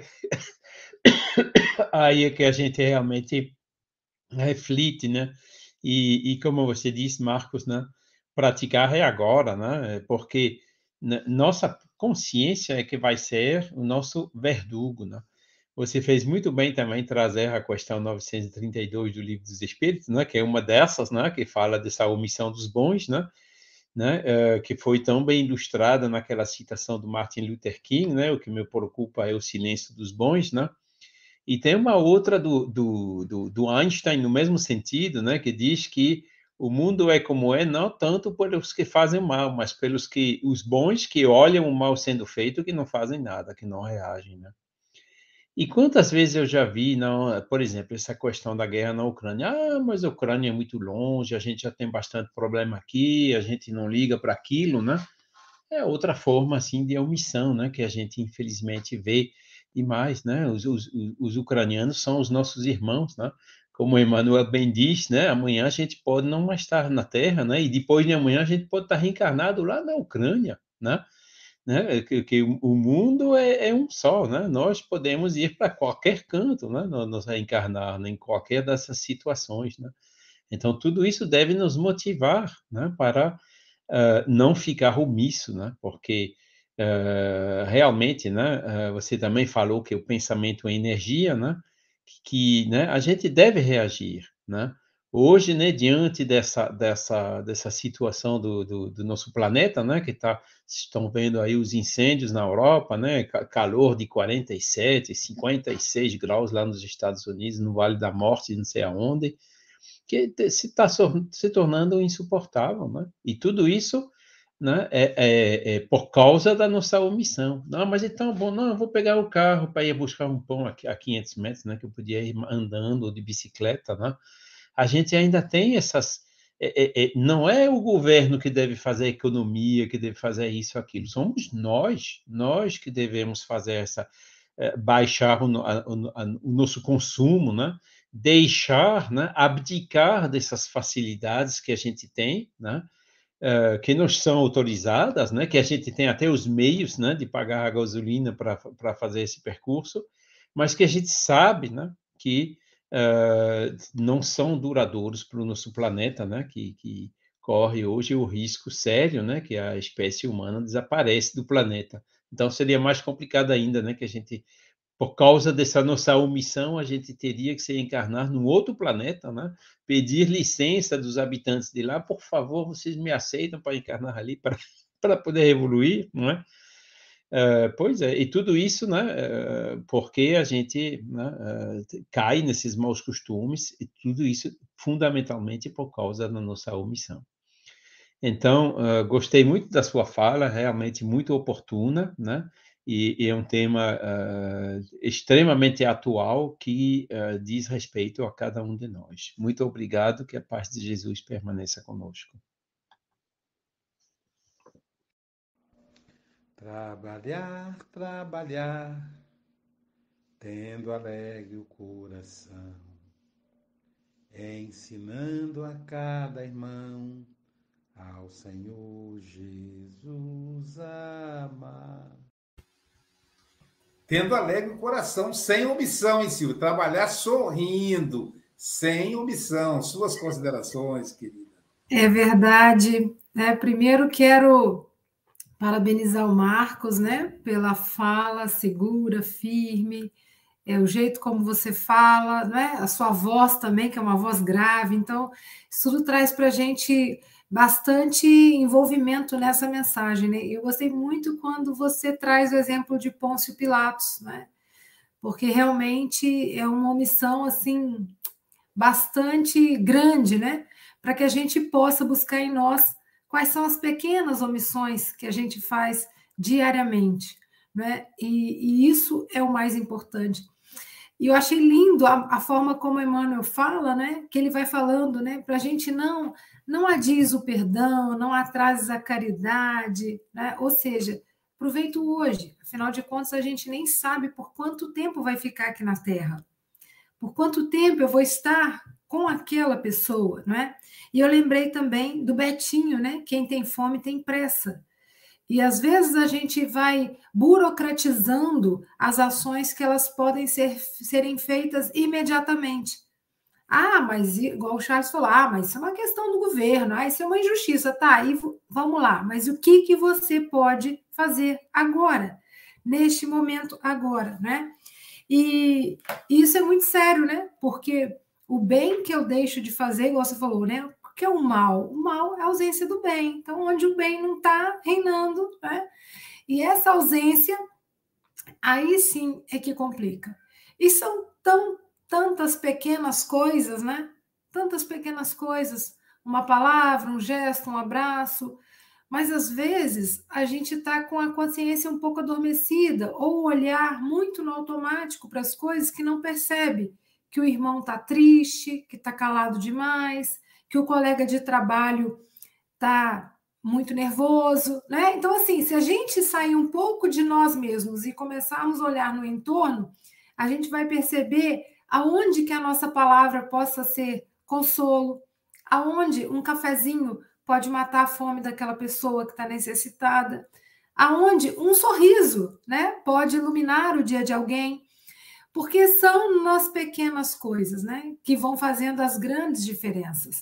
Aí é que a gente realmente reflete, né? E, e como você disse, Marcos, né? Praticar é agora, né? Porque nossa consciência é que vai ser o nosso verdugo, né? Você fez muito bem também trazer a questão novecentos e trinta e dois do Livro dos Espíritos, né? Que é uma dessas, né? Que fala dessa omissão dos bons, né? né, uh, que foi tão bem ilustrada naquela citação do Martin Luther King, né, o que me preocupa é o silêncio dos bons, né? E tem uma outra do, do, do, do Einstein, no mesmo sentido, né, que diz que o mundo é como é, não tanto pelos que fazem mal, mas pelos que, os bons que olham o mal sendo feito, que não fazem nada, que não reagem, né? E quantas vezes eu já vi, não, por exemplo, essa questão da guerra na Ucrânia. Ah, mas a Ucrânia é muito longe, a gente já tem bastante problema aqui, a gente não liga para aquilo, né? É outra forma, assim, de omissão, né? Que a gente, infelizmente, vê demais, né? Os, os, os ucranianos são os nossos irmãos, né? Como Emmanuel bem diz, né? Amanhã a gente pode não mais estar na Terra, né? E depois de amanhã a gente pode estar reencarnado lá na Ucrânia, né? Né? Que, que o mundo é, é um só, né? Nós podemos ir para qualquer canto, né? Nos reencarnar em qualquer dessas situações, né? Então tudo isso deve nos motivar, né? Para uh, não ficar omisso, né? Porque uh, realmente, né? Uh, você também falou que o pensamento é energia, né? Que, que, né? A gente deve reagir, né? Hoje, né, diante dessa, dessa, dessa situação do, do, do nosso planeta, né, que tá, estão vendo aí os incêndios na Europa, né, calor de quarenta e sete, cinquenta e seis graus lá nos Estados Unidos, no Vale da Morte, não sei aonde, que se está se tornando insuportável, né? E tudo isso, né, é, é, é por causa da nossa omissão. Não, mas então, bom, não, eu vou pegar o carro para ir buscar um pão aqui a quinhentos metros, né, que eu podia ir andando ou de bicicleta, né? A gente ainda tem essas... É, é, é, não é o governo que deve fazer a economia, que deve fazer isso, aquilo. Somos nós, nós que devemos fazer essa... É, baixar o, a, a, o nosso consumo, né? Deixar, né? Abdicar dessas facilidades que a gente tem, né? Uh, que não são autorizadas, né? Que a gente tem até os meios, né? De pagar a gasolina para fazer esse percurso, mas que a gente sabe, né? Que Uh, não são duradouros para o nosso planeta, né? Que, que corre hoje o risco sério, né? Que a espécie humana desaparece do planeta. Então seria mais complicado ainda, né? Que a gente, por causa dessa nossa omissão, a gente teria que se encarnar num outro planeta, né? Pedir licença dos habitantes de lá, por favor, vocês me aceitam para encarnar ali para para poder evoluir, não é? Uh, pois é, e tudo isso, né, uh, porque a gente, né, uh, cai nesses maus costumes, e tudo isso fundamentalmente por causa da nossa omissão. Então, uh, gostei muito da sua fala, realmente muito oportuna, né, e, e é um tema extremamente atual que diz respeito a cada um de nós. Muito obrigado, que a paz de Jesus permaneça conosco. Trabalhar, trabalhar, tendo alegre o coração, ensinando a cada irmão ao Senhor Jesus amar. Tendo alegre o coração, sem omissão, hein, Silvio? Trabalhar sorrindo, sem omissão. Suas considerações, querida. É verdade. É, primeiro quero parabenizar o Marcos, né, pela fala segura, firme, é, o jeito como você fala, né, a sua voz também, que é uma voz grave. Então, isso tudo traz para a gente bastante envolvimento nessa mensagem, né? Eu gostei muito quando você traz o exemplo de Pôncio Pilatos, né? Porque realmente é uma omissão, assim, bastante grande, né? Para que a gente possa buscar em nós quais são as pequenas omissões que a gente faz diariamente, né? E, e isso é o mais importante. E eu achei lindo a, a forma como Emmanuel fala, né? Que ele vai falando, né? Para a gente não, não adies o perdão, não atrases a caridade, né? Ou seja, aproveita o hoje. Afinal de contas, a gente nem sabe por quanto tempo vai ficar aqui na Terra. Por quanto tempo eu vou estar com aquela pessoa, não é? E eu lembrei também do Betinho, né? Quem tem fome tem pressa. E às vezes a gente vai burocratizando as ações que elas podem ser, serem feitas imediatamente. Ah, mas igual o Charles falou, ah, mas isso é uma questão do governo, ah, isso é uma injustiça, tá, aí vamos lá, mas o que, que você pode fazer agora, neste momento agora, né? E isso é muito sério, né? Porque o bem que eu deixo de fazer, igual você falou, né? que é o mal? O mal é a ausência do bem. Então, onde o bem não está reinando, né? E essa ausência, aí sim é que complica. E são tão, tantas pequenas coisas, né? Tantas pequenas coisas. Uma palavra, um gesto, um abraço. Mas, às vezes, a gente está com a consciência um pouco adormecida ou olhar muito no automático para as coisas que não percebe que o irmão está triste, que está calado demais, que o colega de trabalho está muito nervoso, né? Então, assim, se a gente sair um pouco de nós mesmos e começarmos a olhar no entorno, a gente vai perceber aonde que a nossa palavra possa ser consolo, aonde um cafezinho pode matar a fome daquela pessoa que está necessitada, aonde um sorriso, né, pode iluminar o dia de alguém, porque são nas pequenas coisas, né, que vão fazendo as grandes diferenças.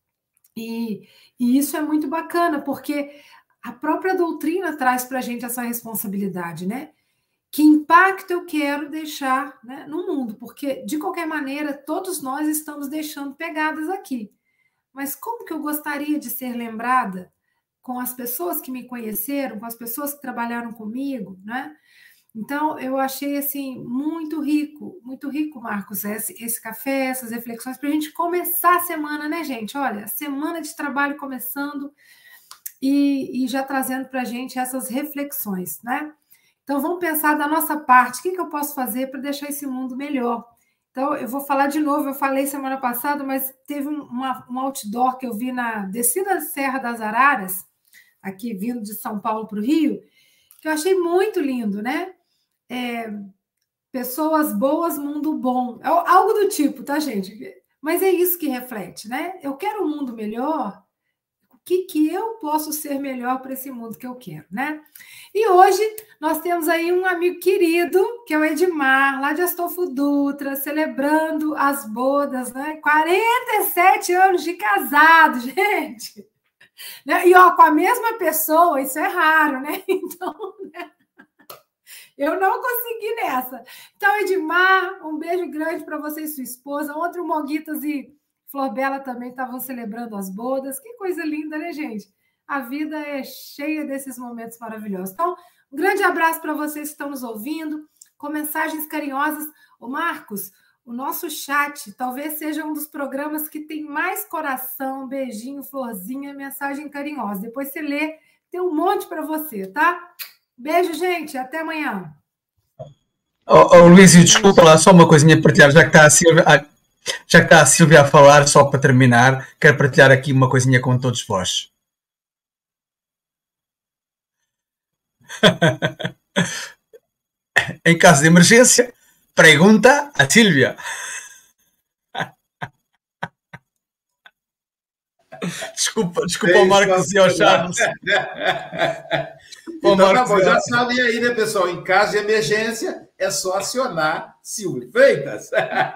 E, e isso é muito bacana, porque a própria doutrina traz para a gente essa responsabilidade, né? Que impacto eu quero deixar, né, no mundo? Porque, de qualquer maneira, todos nós estamos deixando pegadas aqui. Mas como que eu gostaria de ser lembrada com as pessoas que me conheceram, com as pessoas que trabalharam comigo, né? Então, eu achei, assim, muito rico, muito rico, Marcos, esse, esse café, essas reflexões, para a gente começar a semana, né, gente? Olha, semana de trabalho começando e, e já trazendo para a gente essas reflexões, né? Então, vamos pensar da nossa parte, o que, que eu posso fazer para deixar esse mundo melhor? Então, eu vou falar de novo, eu falei semana passada, mas teve um, uma, um outdoor que eu vi na descida da Serra das Araras, aqui vindo de São Paulo para o Rio, que eu achei muito lindo, né? É, pessoas boas, mundo bom. É algo do tipo, tá, gente? Mas é isso que reflete, né? Eu quero um mundo melhor, o que, que eu posso ser melhor para esse mundo que eu quero, né? E hoje nós temos aí um amigo querido, que é o Edmar, lá de Astolfo Dutra, celebrando as bodas, né? quarenta e sete anos de casado, gente! E, ó, com a mesma pessoa, isso é raro, né? Então, né? Eu não consegui nessa. Então, Edmar, um beijo grande para você e sua esposa. Ontem o Moguitas e Flor Bela também estavam celebrando as bodas. Que coisa linda, né, gente? A vida é cheia desses momentos maravilhosos. Então, um grande abraço para vocês que estão nos ouvindo, com mensagens carinhosas. Ô, Marcos, o nosso chat talvez seja um dos programas que tem mais coração, beijinho, florzinha, mensagem carinhosa. Depois você lê, tem um monte para você, tá? Beijo, gente. Até amanhã. Oh, oh, Luísio, desculpa lá, só uma coisinha para partilhar, já que está a Silvia, já que está a Silvia a falar, só para terminar, quero partilhar aqui uma coisinha com todos vós. Em caso de emergência, pergunta a Silvia. Desculpa, desculpa o Marcos e ao Charles. Então, tá bom, já sabem aí, né, pessoal? Em caso de emergência, é só acionar Silvio Freitas.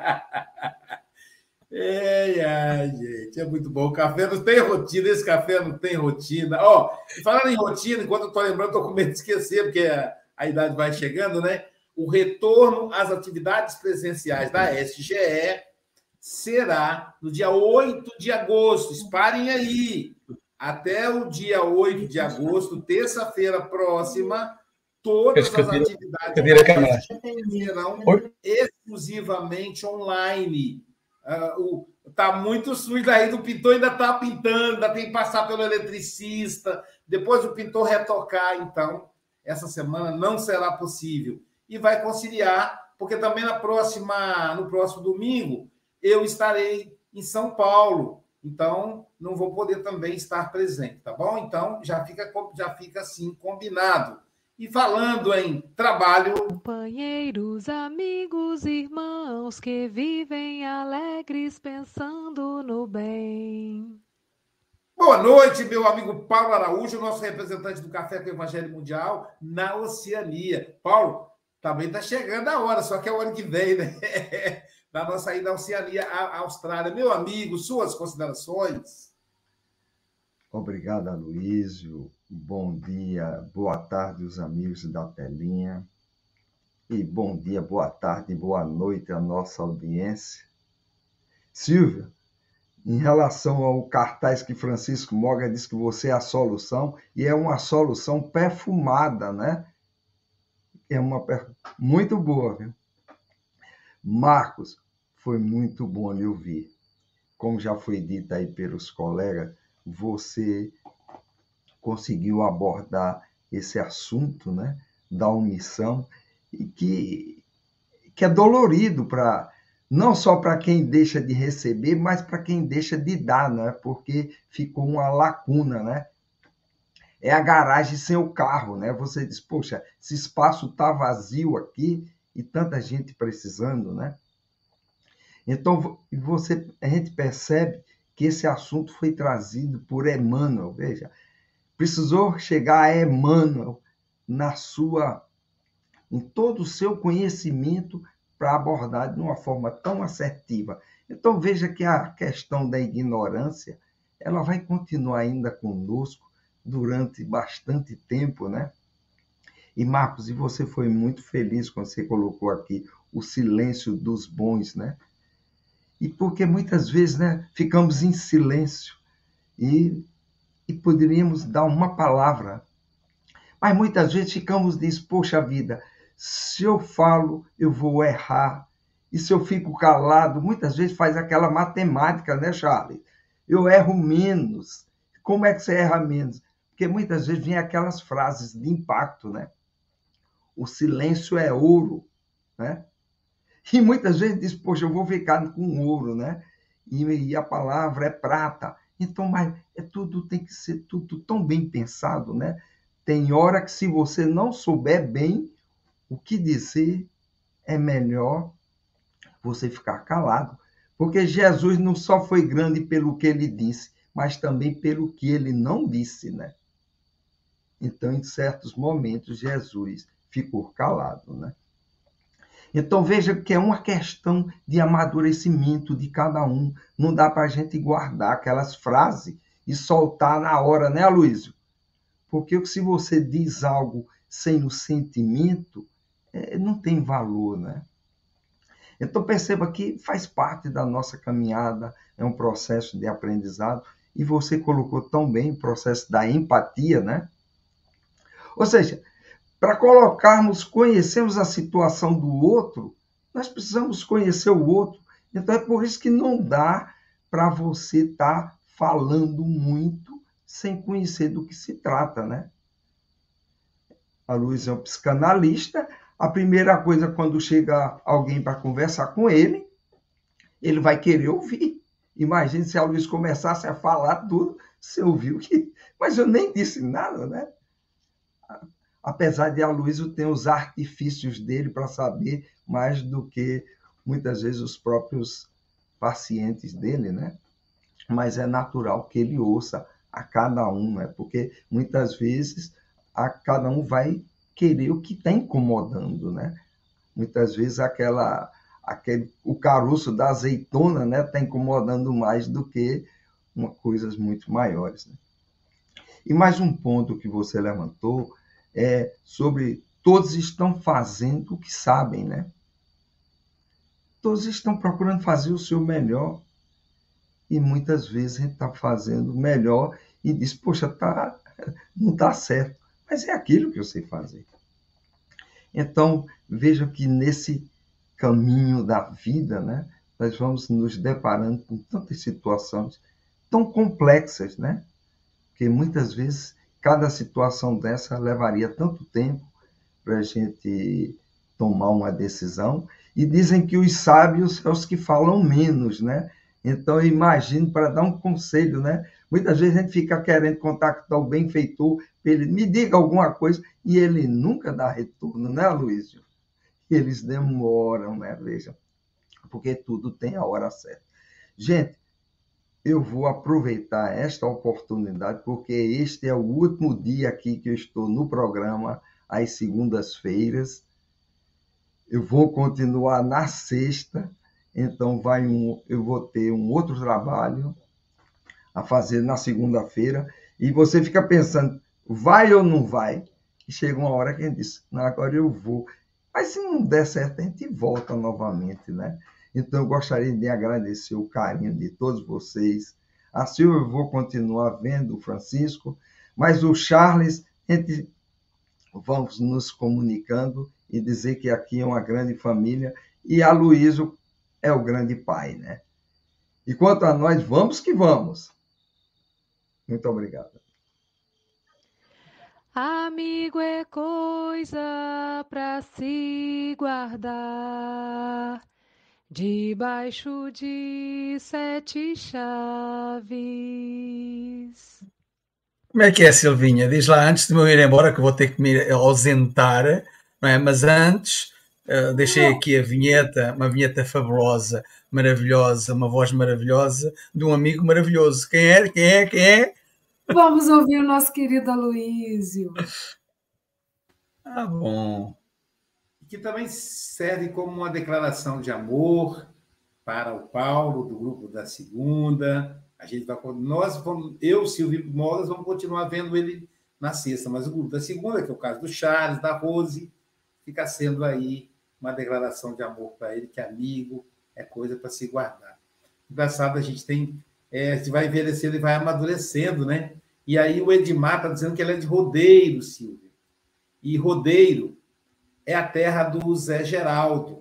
Ei, ai, gente, é muito bom. O café não tem rotina, esse café não tem rotina. Ó, oh, falando em rotina, enquanto eu estou lembrando, estou com medo de esquecer, porque a, a idade vai chegando, né? O retorno às atividades presenciais da S G E será no dia oito de agosto. Esparem aí. Até o dia oito de agosto, terça-feira próxima, todas as atividades serão exclusivamente online. Está uh, muito sujo aí, o pintor ainda está pintando, ainda tem que passar pelo eletricista, depois o pintor retocar. Então, essa semana não será possível. E vai conciliar, porque também na próxima, no próximo domingo eu estarei em São Paulo. Então, não vou poder também estar presente, tá bom? Então, já fica, já fica assim combinado. E falando em trabalho... Companheiros, amigos, irmãos que vivem alegres pensando no bem. Boa noite, meu amigo Paulo Araújo, nosso representante do Café com o Evangelho Mundial na Oceania. Paulo, também está chegando a hora, só que é o ano que vem, né? Da nossa ida da Oceania à Austrália. Meu amigo, suas considerações? Obrigado, Aloísio. Bom dia, boa tarde, os amigos da telinha. E bom dia, boa tarde, boa noite à nossa audiência. Silvia, em relação ao cartaz que Francisco Moga disse que você é a solução, e é uma solução perfumada, né? É uma per... muito boa, viu? Marcos, foi muito bom lhe ouvir. Como já foi dito aí pelos colegas, você conseguiu abordar esse assunto, né, da omissão, e que, que é dolorido para não só para quem deixa de receber, mas para quem deixa de dar, né? Porque ficou uma lacuna, né? É a garagem sem o carro, né? Você diz, poxa, esse espaço está vazio aqui e tanta gente precisando, né? Então, você, a gente percebe que esse assunto foi trazido por Emmanuel, veja, precisou chegar a Emmanuel na sua, em todo o seu conhecimento para abordar de uma forma tão assertiva. Então, veja que a questão da ignorância, ela vai continuar ainda conosco durante bastante tempo, né? E, Marcos, e você foi muito feliz quando você colocou aqui o silêncio dos bons, né? E porque muitas vezes, né, ficamos em silêncio e, e poderíamos dar uma palavra, mas muitas vezes ficamos diz, poxa vida, se eu falo, eu vou errar. E se eu fico calado, muitas vezes faz aquela matemática, né, Charles? Eu erro menos. Como é que você erra menos? Porque muitas vezes vem aquelas frases de impacto, né? O silêncio é ouro, né? E muitas vezes diz, poxa, eu vou ficar com ouro, né? E, e a palavra é prata. Então, mas é tudo, tem que ser tudo tão bem pensado, né? Tem hora que se você não souber bem o que dizer, é melhor você ficar calado. Porque Jesus não só foi grande pelo que ele disse, mas também pelo que ele não disse, né? Então, em certos momentos, Jesus ficou calado, né? Então, veja que é uma questão de amadurecimento de cada um. Não dá para a gente guardar aquelas frases e soltar na hora, né, Aloysio? Porque se você diz algo sem o sentimento, é, não tem valor, né? Então, perceba que faz parte da nossa caminhada, é um processo de aprendizado, e você colocou tão bem o processo da empatia, né? Ou seja, para colocarmos, conhecermos a situação do outro, nós precisamos conhecer o outro. Então, é por isso que não dá para você estar tá falando muito sem conhecer do que se trata, né? A Luísa é um psicanalista. A primeira coisa, quando chega alguém para conversar com ele, ele vai querer ouvir. Imagine se a Luísa começasse a falar tudo, você ouviu que... Mas eu nem disse nada, né? Apesar de a Luísa ter os artifícios dele para saber mais do que, muitas vezes, os próprios pacientes dele, né? Mas é natural que ele ouça a cada um, né? Porque, muitas vezes, a cada um vai querer o que está incomodando, né? Muitas vezes aquela, aquele, o caroço da azeitona, né, está incomodando mais do que uma, coisas muito maiores, né? E mais um ponto que você levantou é sobre todos estão fazendo o que sabem, né? Todos estão procurando fazer o seu melhor e muitas vezes a gente está fazendo o melhor e diz, poxa, tá, não está certo. Mas é aquilo que eu sei fazer. Então, veja que nesse caminho da vida, né, nós vamos nos deparando com tantas situações tão complexas, né? Porque muitas vezes cada situação dessa levaria tanto tempo para a gente tomar uma decisão. E dizem que os sábios são os que falam menos, né? Então, eu imagino, para dar um conselho, né? Muitas vezes a gente fica querendo contactar o benfeitor, ele me diga alguma coisa, e ele nunca dá retorno, né, Aloysio? Eles demoram, né? Veja, porque tudo tem a hora certa. Gente, eu vou aproveitar esta oportunidade, porque este é o último dia aqui que eu estou no programa, às segundas-feiras. Eu vou continuar na sexta, então vai um, eu vou ter um outro trabalho a fazer na segunda-feira, e você fica pensando, vai ou não vai? E chega uma hora que a gente diz, não, agora eu vou. Mas se não der certo, a gente volta novamente, né? Então, eu gostaria de agradecer o carinho de todos vocês. A Silvia, eu vou continuar vendo o Francisco, mas o Charles, entre... vamos nos comunicando e dizer que aqui é uma grande família e a Luísio é o grande pai, né? E quanto a nós, vamos que vamos. Muito obrigado. Amigo é coisa para se guardar debaixo de sete chaves. Como é que é, Silvinha? Diz lá, antes de me ir embora, que eu vou ter que me ausentar, não é? Mas antes, uh, deixei aqui a vinheta, uma vinheta fabulosa, maravilhosa, uma voz maravilhosa, de um amigo maravilhoso. Quem é? Quem é? Quem é? Vamos ouvir o nosso querido Aloísio. Ah, bom. Que também serve como uma declaração de amor para o Paulo, do grupo da segunda. A gente vai, nós vamos, eu, Silvio e Molas, vamos continuar vendo ele na sexta, mas o grupo da segunda, que é o caso do Charles, da Rose, fica sendo aí uma declaração de amor para ele, que amigo é coisa para se guardar. Engraçado, a gente tem, é, a gente vai envelhecendo e vai amadurecendo, né? E aí o Edmar está dizendo que ele é de Rodeiro, Silvio. E Rodeiro é a terra do Zé Geraldo.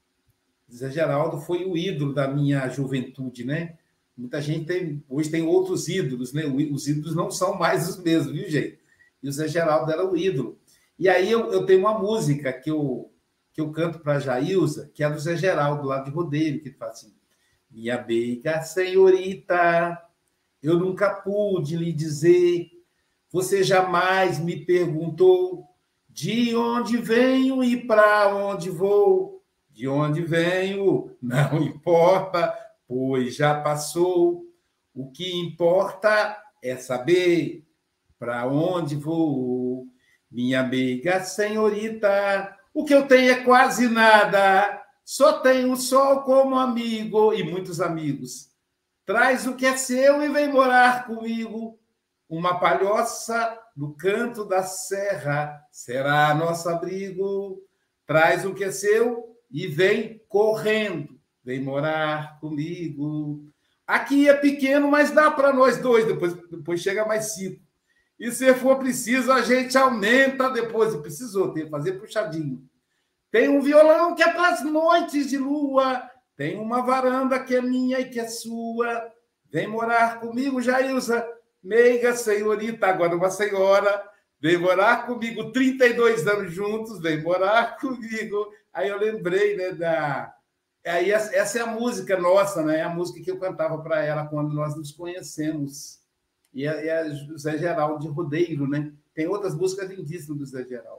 Zé Geraldo foi o ídolo da minha juventude, né? Muita gente tem, hoje tem outros ídolos, né? Os ídolos não são mais os mesmos, viu, gente? E o Zé Geraldo era o ídolo. E aí eu, eu tenho uma música que eu, que eu canto para a Jailza, que é do Zé Geraldo, lá de Rodeiro, que ele fala assim: minha beiga senhorita, eu nunca pude lhe dizer, você jamais me perguntou de onde venho e para onde vou. De onde venho não importa, pois já passou. O que importa é saber para onde vou. Minha amiga senhorita, o que eu tenho é quase nada, só tenho o sol como amigo e muitos amigos. Traz o que é seu e vem morar comigo. Uma palhoça no canto da serra será nosso abrigo. Traz o que é seu e vem correndo, vem morar comigo. Aqui é pequeno, mas dá para nós dois, depois, depois chega mais cinco. E se for preciso, a gente aumenta depois. E precisou, tem que fazer puxadinho. Tem um violão que é para as noites de lua. Tem uma varanda que é minha e que é sua. Vem morar comigo, Jailza, meiga senhorita, agora uma senhora. Vem morar comigo, trinta e dois anos juntos, vem morar comigo. Aí eu lembrei, né, da... Aí essa é a música nossa, né? É a música que eu cantava para ela quando nós nos conhecemos. E é, é Zé Geraldo de Rodeiro, né? Tem outras músicas lindíssimas do Zé Geraldo.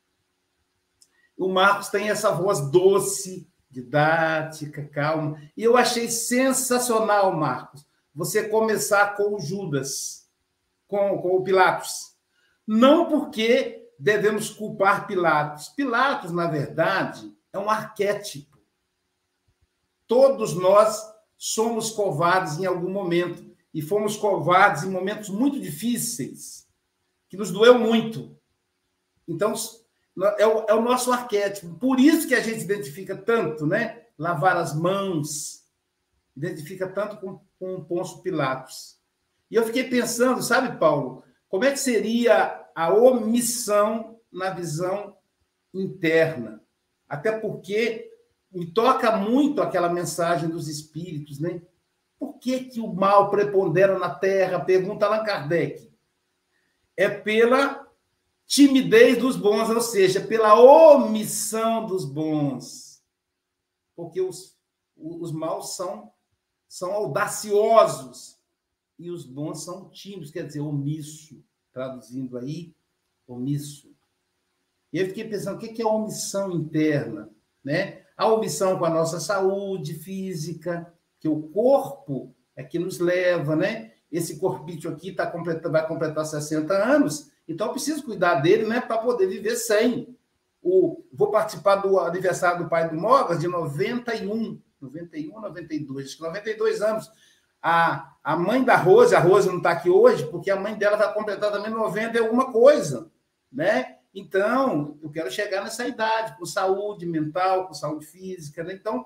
O Marcos tem essa voz doce, didática, calma. E eu achei sensacional, Marcos, você começar com o Judas, com, com o Pilatos. Não porque devemos culpar Pilatos. Pilatos, na verdade, é um arquétipo. Todos nós somos covardes em algum momento. E fomos covardes em momentos muito difíceis, que nos doeu muito. Então, é o, é o nosso arquétipo. Por isso que a gente identifica tanto, né? Lavar as mãos, identifica tanto com, com Pôncio Pilatos. E eu fiquei pensando, sabe, Paulo, como é que seria a omissão na visão interna? Até porque me toca muito aquela mensagem dos espíritos, né? Por que, que o mal prepondera na Terra? Pergunta Allan Kardec. É pela timidez dos bons, ou seja, pela omissão dos bons. Porque os, os maus são, são audaciosos e os bons são tímidos, quer dizer, omisso. Traduzindo aí, omisso. E eu fiquei pensando, o que é omissão interna? Né? A omissão com a nossa saúde física, que o corpo é que nos leva, né? Esse corpício aqui tá complet... vai completar sessenta anos, então eu preciso cuidar dele, né, para poder viver cem. O... Vou participar do aniversário do pai do Mogas de noventa e um, noventa e um, noventa e dois, acho que noventa e dois anos. A, a mãe da Rose, a Rose não está aqui hoje, porque a mãe dela vai completar também noventa e alguma coisa, né? Então, eu quero chegar nessa idade, com saúde mental, com saúde física, né? Então,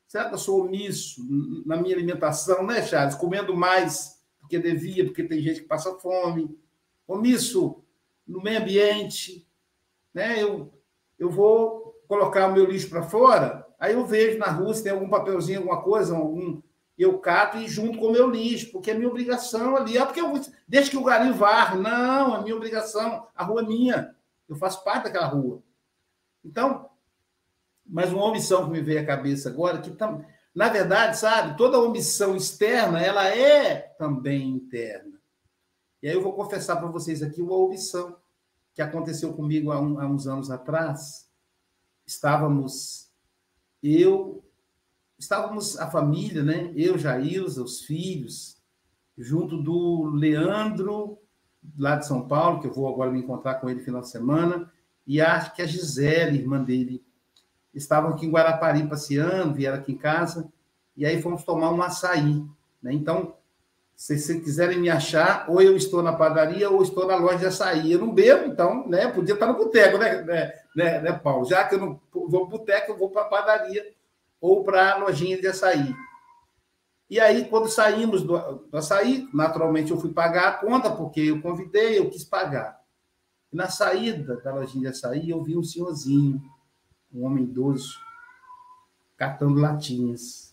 Será que eu sou omisso na minha alimentação, né, Charles? Comendo mais do que devia, porque tem gente que passa fome. Omisso no meio ambiente, né? Eu, eu vou colocar o meu lixo para fora, aí eu vejo na rua se tem algum papelzinho, alguma coisa, algum... eu cato e junto com o meu lixo, porque é minha obrigação ali. Ah, porque eu... Deixa que o garim varre. Não, é minha obrigação. A rua é minha. Eu faço parte daquela rua. Então, mas uma omissão que me veio à cabeça agora, que tam... na verdade, sabe, toda omissão externa, ela é também interna. E aí eu vou confessar para vocês aqui uma omissão que aconteceu comigo há, um, há uns anos atrás. Estávamos, eu, estávamos a família, né? Eu, Jailza, os filhos, junto do Leandro, lá de São Paulo, que eu vou agora me encontrar com ele no final de semana, e acho que a Gisele, irmã dele, estavam aqui em Guarapari passeando, vieram aqui em casa, e aí fomos tomar um açaí, né? Então, se vocês quiserem me achar, ou eu estou na padaria, ou estou na loja de açaí. Eu não bebo, então, né? Podia estar no boteco, né, né, né, Paulo? Já que eu não vou para o boteco, eu vou para a padaria ou para a lojinha de açaí. E aí, quando saímos do, do açaí, naturalmente eu fui pagar a conta, porque eu convidei, eu quis pagar. E na saída da lojinha de açaí, eu vi um senhorzinho, um homem idoso, catando latinhas.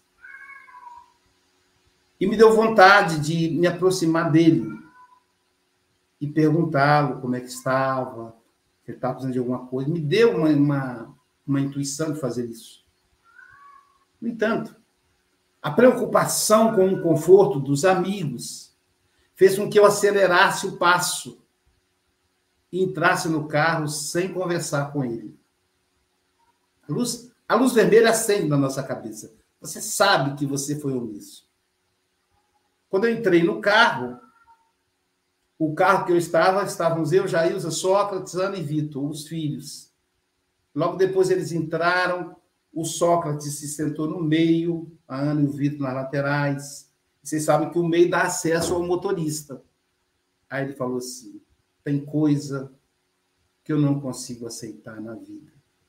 E me deu vontade de me aproximar dele e perguntá-lo como é que estava, se ele estava precisando de alguma coisa. Me deu uma, uma, uma intuição de fazer isso. No entanto, a preocupação com o conforto dos amigos fez com que eu acelerasse o passo e entrasse no carro sem conversar com ele. A luz, a luz vermelha acende na nossa cabeça. Você sabe que você foi omisso. Quando eu entrei no carro, o carro que eu estava, estávamos eu, Jailza, Sócrates, Ana e Vitor, os filhos. Logo depois eles entraram, o Sócrates se sentou no meio, a Ana e o Vitor nas laterais. Vocês sabem que o meio dá acesso ao motorista. Aí ele falou assim, tem coisa que eu não consigo aceitar na vida.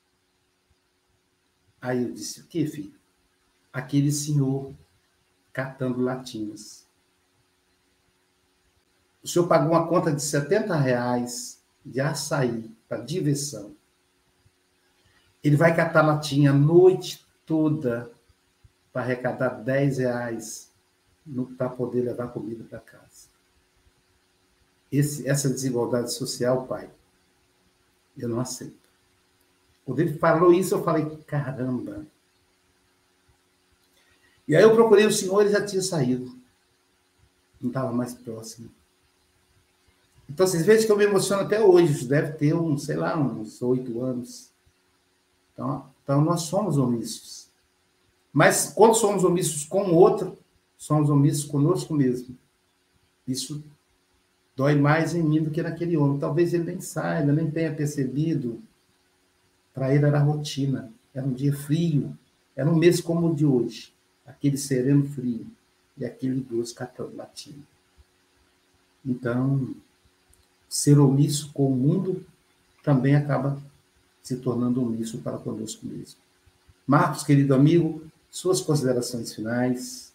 Aí eu disse, o que, filho? Aquele senhor catando latinhas. O senhor pagou uma conta de setenta reais de açaí para diversão. Ele vai catar latinha a noite toda para arrecadar dez reais para poder levar comida para casa. Esse, essa desigualdade social, pai, eu não aceito. Quando ele falou isso, eu falei, caramba. E aí eu procurei o senhor, ele já tinha saído. Não estava mais próximo. Então, vocês veem que eu me emociono até hoje. Deve ter, um, sei lá, uns oito anos. Então, então, nós somos omissos. Mas, quando somos omissos com o outro, somos omissos conosco mesmo. Isso dói mais em mim do que naquele homem. Talvez ele nem saiba, nem tenha percebido. Para ele era rotina. Era um dia frio. Era um mês como o de hoje. Aquele sereno frio. E aquele idoso catando latinha. Então, ser omisso com o mundo também acaba se tornando omisso para conosco mesmo. Marcos, querido amigo, suas considerações finais.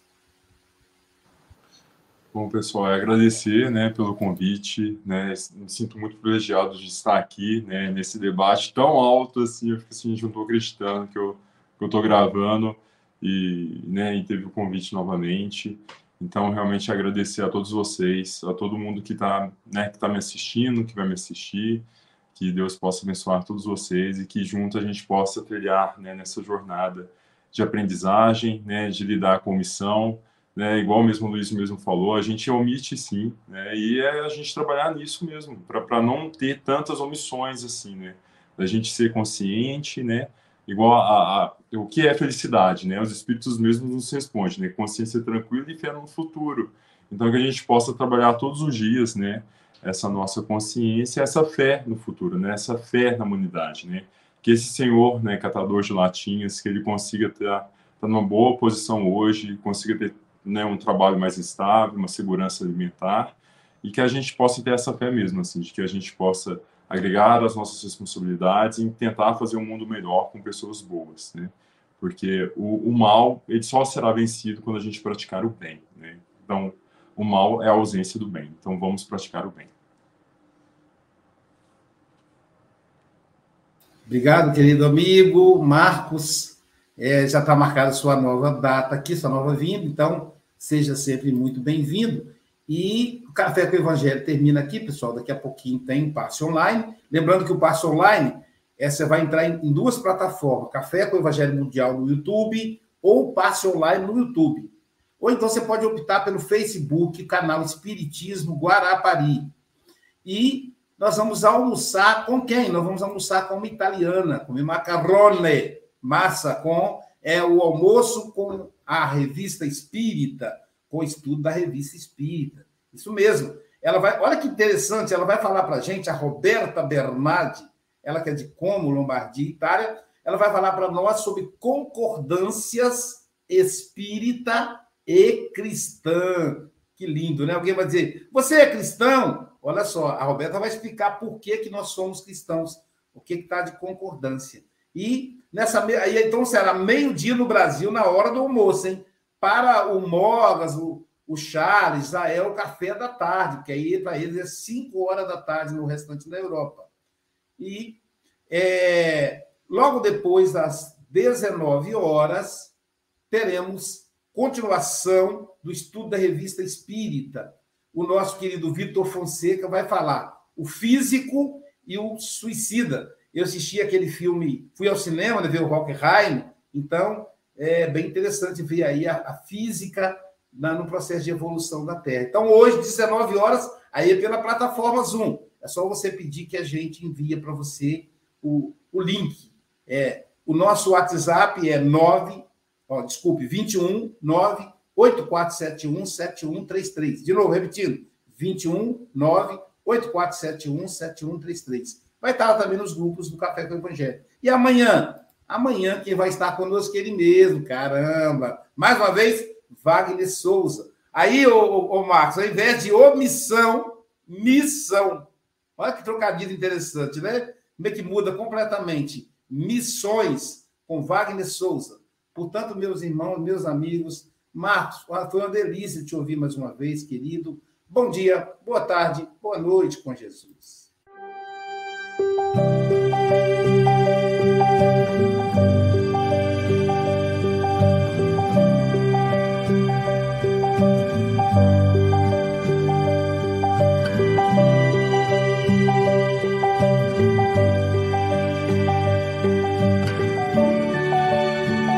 Bom, pessoal, é agradecer, né, pelo convite, né, me sinto muito privilegiado de estar aqui, né, nesse debate tão alto, assim, eu fico assim, não estou acreditando que eu que eu estou gravando e, né, e teve o convite novamente. Então, realmente agradecer a todos vocês, a todo mundo que está, né, que tá me assistindo, que vai me assistir, que Deus possa abençoar todos vocês e que junto a gente possa trilhar, né, nessa jornada de aprendizagem, né, de lidar com missão, né, igual mesmo o Luiz mesmo falou, a gente omite sim, né, e é a gente trabalhar nisso mesmo, para não ter tantas omissões assim, né, da gente ser consciente, né, igual a, a o que é felicidade, né? Os espíritos mesmos nos respondem, né? Consciência tranquila e fé no futuro. Então, que a gente possa trabalhar todos os dias, né? Essa nossa consciência, essa fé no futuro, né? Essa fé na humanidade, né? Que esse senhor, né, catador de latinhas, que ele consiga estar tá numa boa posição hoje, consiga ter, né, um trabalho mais estável, uma segurança alimentar, e que a gente possa ter essa fé mesmo, assim, de que a gente possa agregar as nossas responsabilidades e tentar fazer um mundo melhor com pessoas boas, né? porque o, o mal ele só será vencido quando a gente praticar o bem, né? Então, o mal é a ausência do bem. Então, vamos praticar o bem. Obrigado, querido amigo Marcos. É, já está marcada a sua nova data aqui, sua nova vinda, então seja sempre muito bem-vindo. E o Café com o Evangelho termina aqui, pessoal. Daqui a pouquinho tem passe online. Lembrando que o passe online, é, você vai entrar em, em duas plataformas: Café com o Evangelho Mundial no YouTube ou passe online no YouTube. Ou então você pode optar pelo Facebook, canal Espiritismo Guarapari. E nós vamos almoçar com quem? Nós vamos almoçar com uma italiana, comer macarrone, massa, com é, o almoço com a Revista Espírita, com o estudo da Revista Espírita. Isso mesmo. Ela vai, olha que interessante, ela vai falar para a gente, a Roberta Bernardi, ela que é de Como, Lombardia, Itália, ela vai falar para nós sobre concordâncias espírita e cristã. Que lindo, né? Alguém vai dizer, você é cristão? Olha só, a Roberta vai explicar por que, que nós somos cristãos, o que está de concordância. E nessa aí, então será meio-dia no Brasil, na hora do almoço, hein? Para o Mogas, o, o Charles, já é o café da tarde, porque aí para eles é cinco horas da tarde no restante da Europa. E é, logo depois das dezenove horas, teremos continuação do estudo da Revista Espírita. O nosso querido Vitor Fonseca vai falar o físico e o suicida. Eu assisti aquele filme, fui ao cinema, né, ver o Hockenheim, então é bem interessante ver aí a, a física na, no processo de evolução da Terra. Então, hoje, dezenove horas, aí é pela plataforma Zoom. É só você pedir que a gente envie para você o, o link. É, o nosso WhatsApp é nove, ó, desculpe, vinte e um, nove, oito quatro sete um, sete um três três. De novo, repetindo, vinte e um, nove, oito quatro sete um, sete um três três. Vai estar também nos grupos do Café com o Evangelho. E amanhã? Amanhã quem vai estar conosco ele mesmo, caramba. Mais uma vez, Wagner Souza. Aí, ô, ô, ô Marcos, ao invés de omissão, missão. Olha que trocadilho interessante, né? Como é que muda completamente? Missões com Wagner Souza. Portanto, meus irmãos, meus amigos, Marcos, foi uma delícia te ouvir mais uma vez, querido. Bom dia, boa tarde, boa noite com Jesus.